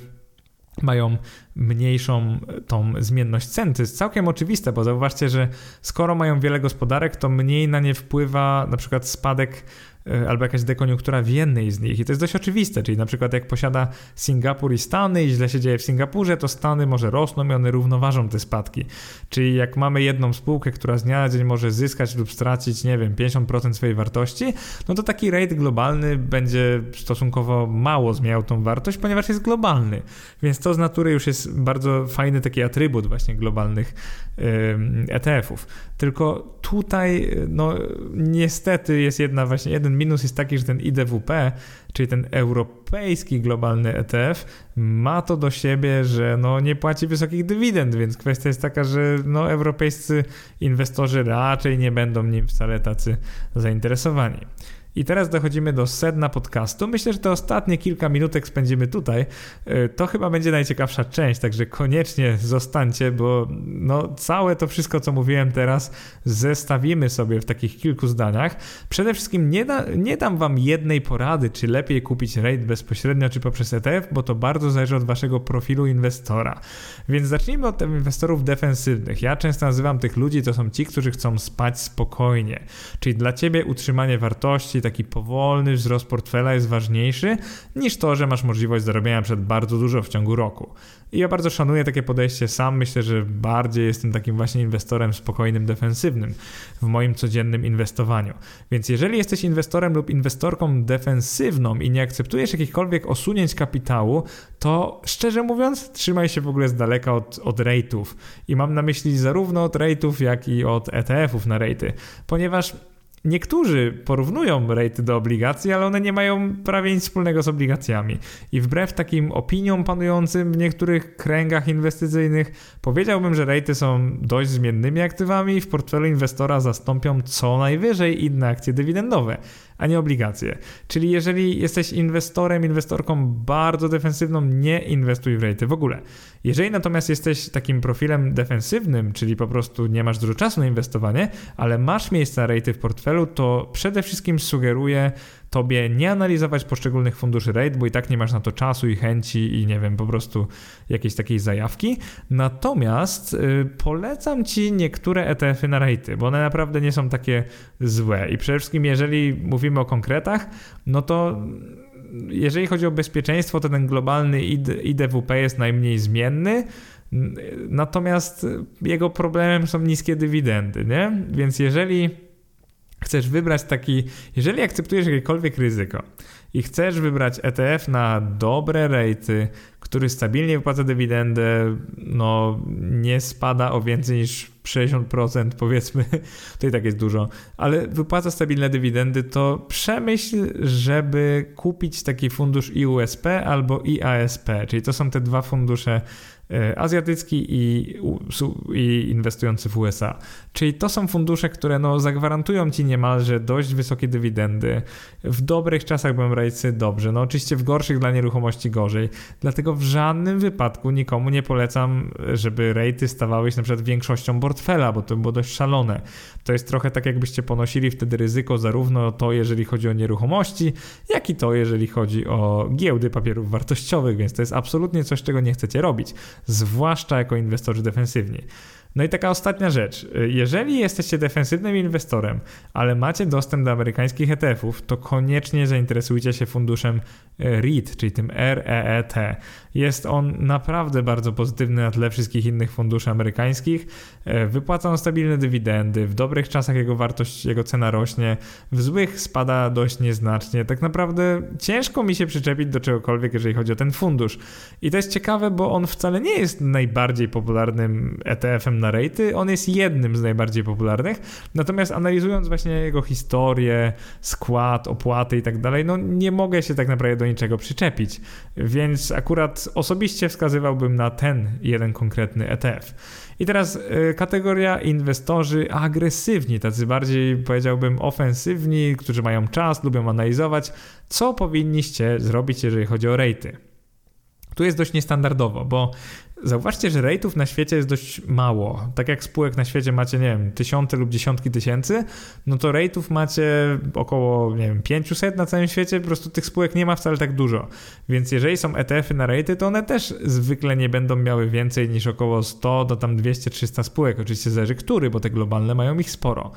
mają mniejszą tą zmienność cen. To jest całkiem oczywiste, bo zauważcie, że skoro mają wiele gospodarek, to mniej na nie wpływa na przykład spadek albo jakaś dekoniunktura w jednej z nich. I to jest dość oczywiste, czyli na przykład jak posiada Singapur i Stany i źle się dzieje w Singapurze, to Stany może rosną i one równoważą te spadki. Czyli jak mamy jedną spółkę, która z dnia na dzień może zyskać lub stracić, 50% swojej wartości, to taki rate globalny będzie stosunkowo mało zmieniał tą wartość, ponieważ jest globalny. Więc to z natury już jest bardzo fajny taki atrybut właśnie globalnych ETF-ów. Tylko tutaj niestety jest jeden minus jest taki, że ten IDWP, czyli ten europejski globalny ETF, ma to do siebie, że nie płaci wysokich dywidend, więc kwestia jest taka, że europejscy inwestorzy raczej nie będą nim wcale tacy zainteresowani. I teraz dochodzimy do sedna podcastu. Myślę, że te ostatnie kilka minutek spędzimy tutaj. To chyba będzie najciekawsza część, także koniecznie zostańcie, bo całe to wszystko, co mówiłem teraz, zestawimy sobie w takich kilku zdaniach. Przede wszystkim nie dam wam jednej porady, czy lepiej kupić REIT bezpośrednio, czy poprzez ETF, bo to bardzo zależy od waszego profilu inwestora. Więc zacznijmy od inwestorów defensywnych. Ja często nazywam tych ludzi, to są ci, którzy chcą spać spokojnie. Czyli dla ciebie utrzymanie wartości, taki powolny wzrost portfela jest ważniejszy niż to, że masz możliwość zarobienia bardzo dużo w ciągu roku. I ja bardzo szanuję takie podejście sam. Myślę, że bardziej jestem takim właśnie inwestorem spokojnym, defensywnym w moim codziennym inwestowaniu. Więc jeżeli jesteś inwestorem lub inwestorką defensywną i nie akceptujesz jakichkolwiek osunięć kapitału, to szczerze mówiąc trzymaj się w ogóle z daleka od rate'ów. I mam na myśli zarówno od rate'ów, jak i od ETF-ów na rate'y, ponieważ niektórzy porównują rate'y do obligacji, ale one nie mają prawie nic wspólnego z obligacjami. I wbrew takim opiniom panującym w niektórych kręgach inwestycyjnych, powiedziałbym, że rate'y są dość zmiennymi aktywami i w portfelu inwestora zastąpią co najwyżej inne akcje dywidendowe, a nie obligacje. Czyli jeżeli jesteś inwestorką bardzo defensywną, nie inwestuj w rate'y w ogóle. Jeżeli natomiast jesteś takim profilem defensywnym, czyli po prostu nie masz dużo czasu na inwestowanie, ale masz miejsce na rate'y w portfelu, to przede wszystkim sugeruję tobie nie analizować poszczególnych funduszy REIT, bo i tak nie masz na to czasu i chęci i po prostu jakiejś takiej zajawki. Natomiast polecam ci niektóre ETF-y na REIT-y, bo one naprawdę nie są takie złe. I przede wszystkim jeżeli mówimy o konkretach, to jeżeli chodzi o bezpieczeństwo, to ten globalny IDWP jest najmniej zmienny, natomiast jego problemem są niskie dywidendy, nie? Więc jeżeli chcesz wybrać jeżeli akceptujesz jakiekolwiek ryzyko i chcesz wybrać ETF na dobre rate'y, który stabilnie wypłaca dywidendę, nie spada o więcej niż 60% powiedzmy, to i tak jest dużo, ale wypłaca stabilne dywidendy, to przemyśl, żeby kupić taki fundusz IUSP albo IASP, czyli to są te dwa fundusze azjatycki i inwestujący w USA. Czyli to są fundusze, które zagwarantują ci niemalże dość wysokie dywidendy. W dobrych czasach będą rate'y dobrze, oczywiście w gorszych dla nieruchomości gorzej. Dlatego w żadnym wypadku nikomu nie polecam, żeby rate'y stawały się na przykład większością portfela, bo to by było dość szalone. To jest trochę tak, jakbyście ponosili wtedy ryzyko zarówno to, jeżeli chodzi o nieruchomości, jak i to, jeżeli chodzi o giełdy papierów wartościowych, więc to jest absolutnie coś, czego nie chcecie robić. Zwłaszcza jako inwestorzy defensywni. No i taka ostatnia rzecz. Jeżeli jesteście defensywnym inwestorem, ale macie dostęp do amerykańskich ETF-ów, to koniecznie zainteresujcie się funduszem REIT, czyli tym REET. Jest on naprawdę bardzo pozytywny na tle wszystkich innych funduszy amerykańskich. Wypłaca on stabilne dywidendy, w dobrych czasach jego wartość, jego cena rośnie, w złych spada dość nieznacznie. Tak naprawdę ciężko mi się przyczepić do czegokolwiek, jeżeli chodzi o ten fundusz. I to jest ciekawe, bo on wcale nie jest najbardziej popularnym ETF-em na rate'y, on jest jednym z najbardziej popularnych, natomiast analizując właśnie jego historię, skład, opłaty i tak dalej, nie mogę się tak naprawdę do niczego przyczepić, więc akurat osobiście wskazywałbym na ten jeden konkretny ETF. I teraz kategoria inwestorzy agresywni, tacy bardziej powiedziałbym ofensywni, którzy mają czas, lubią analizować, co powinniście zrobić, jeżeli chodzi o rate'y. Tu jest dość niestandardowo, bo zauważcie, że rate'ów na świecie jest dość mało. Tak jak spółek na świecie macie, tysiące lub dziesiątki tysięcy, to rate'ów macie około, 500 na całym świecie, po prostu tych spółek nie ma wcale tak dużo. Więc jeżeli są ETF-y na rate'y, to one też zwykle nie będą miały więcej niż około 100 do 200-300 spółek. Oczywiście zależy który, bo te globalne mają ich sporo.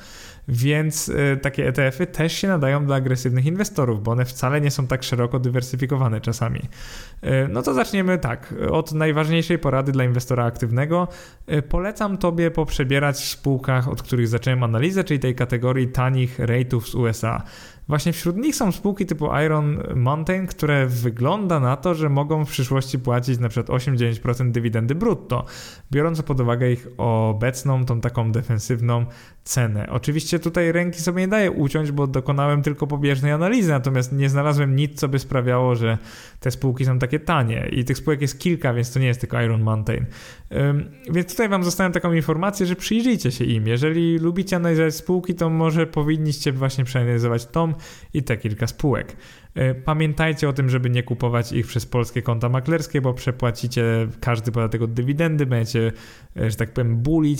Więc takie ETF-y też się nadają dla agresywnych inwestorów, bo one wcale nie są tak szeroko dywersyfikowane czasami. No to zaczniemy tak, od najważniejszej porady dla inwestora aktywnego. Polecam Tobie poprzebierać w spółkach, od których zacząłem analizę, czyli tej kategorii tanich rate'ów z USA. Właśnie wśród nich są spółki typu Iron Mountain, które wygląda na to, że mogą w przyszłości płacić na przykład 8-9% dywidendy brutto, biorąc pod uwagę ich obecną, tą taką defensywną cenę. Oczywiście tutaj ręki sobie nie daję uciąć, bo dokonałem tylko pobieżnej analizy, natomiast nie znalazłem nic, co by sprawiało, że te spółki są takie tanie i tych spółek jest kilka, więc to nie jest tylko Iron Mountain. Więc tutaj Wam zostawiam taką informację, że przyjrzyjcie się im. Jeżeli lubicie analizować spółki, to może powinniście właśnie przeanalizować tą i te kilka spółek. Pamiętajcie o tym, żeby nie kupować ich przez polskie konta maklerskie, bo przepłacicie każdy podatek od dywidendy, będziecie, że tak powiem, bulić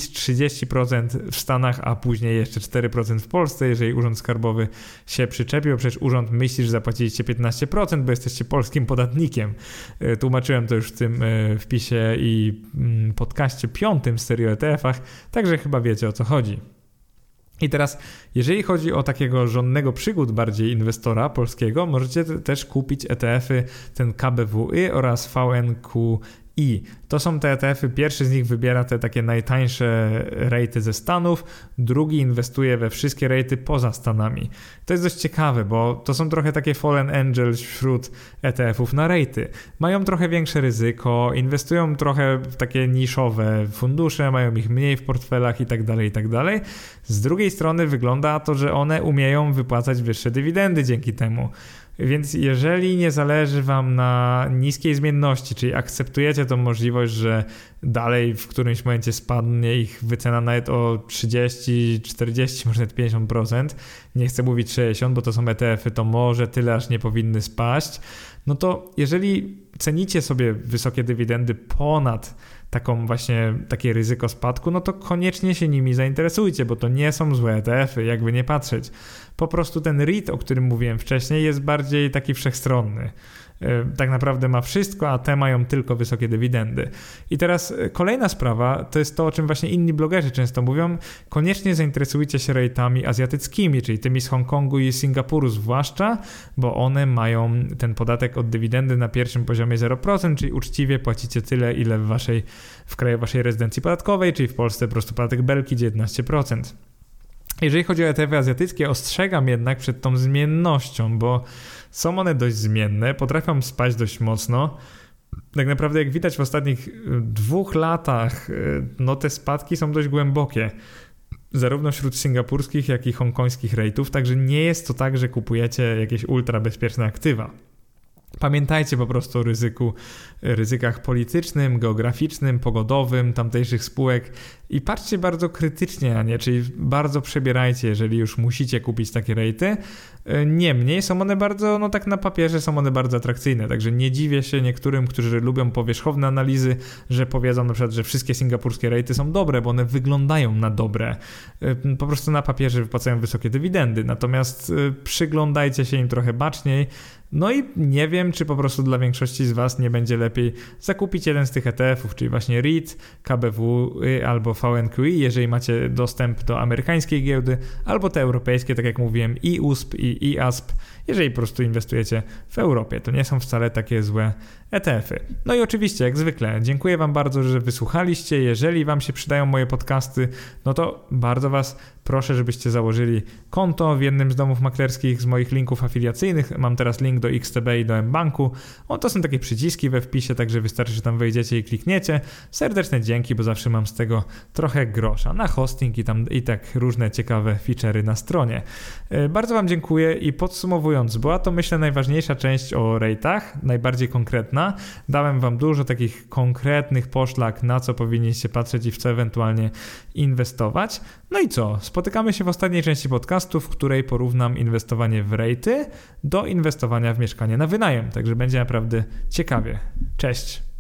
30% w Stanach, a później jeszcze 4% w Polsce, jeżeli urząd skarbowy się przyczepi, bo przecież urząd myśli, że zapłaciliście 15%, bo jesteście polskim podatnikiem. Tłumaczyłem to już w tym wpisie i podcaście 5 z serii o ETF-ach, także chyba wiecie, o co chodzi. I teraz, jeżeli chodzi o takiego żonnego przygód bardziej inwestora polskiego, możecie też kupić ETF-y, ten KBWI oraz VNQI. To są te ETF-y, pierwszy z nich wybiera te takie najtańsze rate'y ze Stanów, drugi inwestuje we wszystkie rate'y poza Stanami. To jest dość ciekawe, bo to są trochę takie fallen angels wśród ETF-ów na rate'y. Mają trochę większe ryzyko, inwestują trochę w takie niszowe fundusze, mają ich mniej w portfelach i tak dalej, i tak dalej. Z drugiej strony wygląda to, że one umieją wypłacać wyższe dywidendy dzięki temu. Więc jeżeli nie zależy Wam na niskiej zmienności, czyli akceptujecie tą możliwość, że dalej w którymś momencie spadnie ich wycena nawet o 30, 40, może nawet 50%, nie chcę mówić 60%, bo to są ETF-y, to może tyle aż nie powinny spaść, no to jeżeli cenicie sobie wysokie dywidendy ponad takie ryzyko spadku, no to koniecznie się nimi zainteresujcie, bo to nie są złe ETF-y, jakby nie patrzeć. Po prostu ten REIT, o którym mówiłem wcześniej, jest bardziej taki wszechstronny. Tak naprawdę ma wszystko, a te mają tylko wysokie dywidendy. I teraz kolejna sprawa, to jest to, o czym właśnie inni blogerzy często mówią, koniecznie zainteresujcie się rate'ami azjatyckimi, czyli tymi z Hongkongu i Singapuru zwłaszcza, bo one mają ten podatek od dywidendy na pierwszym poziomie 0%, czyli uczciwie płacicie tyle, ile w kraju waszej rezydencji podatkowej, czyli w Polsce po prostu podatek belki 19%. Jeżeli chodzi o ETF-y azjatyckie, ostrzegam jednak przed tą zmiennością, bo są one dość zmienne, potrafią spaść dość mocno tak naprawdę jak widać w ostatnich 2 latach, no te spadki są dość głębokie. Zarówno wśród singapurskich, jak i hongkońskich rate'ów, także nie jest to tak, że kupujecie jakieś ultra bezpieczne aktywa. Pamiętajcie po prostu o ryzykach politycznym, geograficznym, pogodowym tamtejszych spółek i patrzcie bardzo krytycznie, czyli bardzo przebierajcie, jeżeli już musicie kupić takie rate'y. Niemniej są one bardzo, tak na papierze są one bardzo atrakcyjne, także nie dziwię się niektórym, którzy lubią powierzchowne analizy, że powiedzą na przykład, że wszystkie singapurskie rate'y są dobre, bo one wyglądają na dobre. Po prostu na papierze wypłacają wysokie dywidendy, natomiast przyglądajcie się im trochę baczniej. No i nie wiem, czy po prostu dla większości z Was nie będzie lepiej zakupić jeden z tych ETF-ów, czyli właśnie REIT, KBW albo VNQI, jeżeli macie dostęp do amerykańskiej giełdy, albo te europejskie, tak jak mówiłem, i USP i IASP, jeżeli po prostu inwestujecie w Europie. To nie są wcale takie złe ETF-y. No i oczywiście, jak zwykle, dziękuję Wam bardzo, że wysłuchaliście. Jeżeli Wam się przydają moje podcasty, no to bardzo Was proszę, żebyście założyli konto w jednym z domów maklerskich z moich linków afiliacyjnych. Mam teraz link do XTB i do mBanku. To są takie przyciski we wpisie, także wystarczy, że tam wejdziecie i klikniecie. Serdeczne dzięki, bo zawsze mam z tego trochę grosza na hosting i tak różne ciekawe feature'y na stronie. Bardzo Wam dziękuję i podsumowując, była to myślę najważniejsza część o rate'ach, najbardziej konkretna. Dałem Wam dużo takich konkretnych poszlak, na co powinniście patrzeć i w co ewentualnie inwestować. No i co? Spotykamy się w ostatniej części podcastu, w której porównam inwestowanie w rate'y do inwestowania w mieszkanie na wynajem. Także będzie naprawdę ciekawie. Cześć!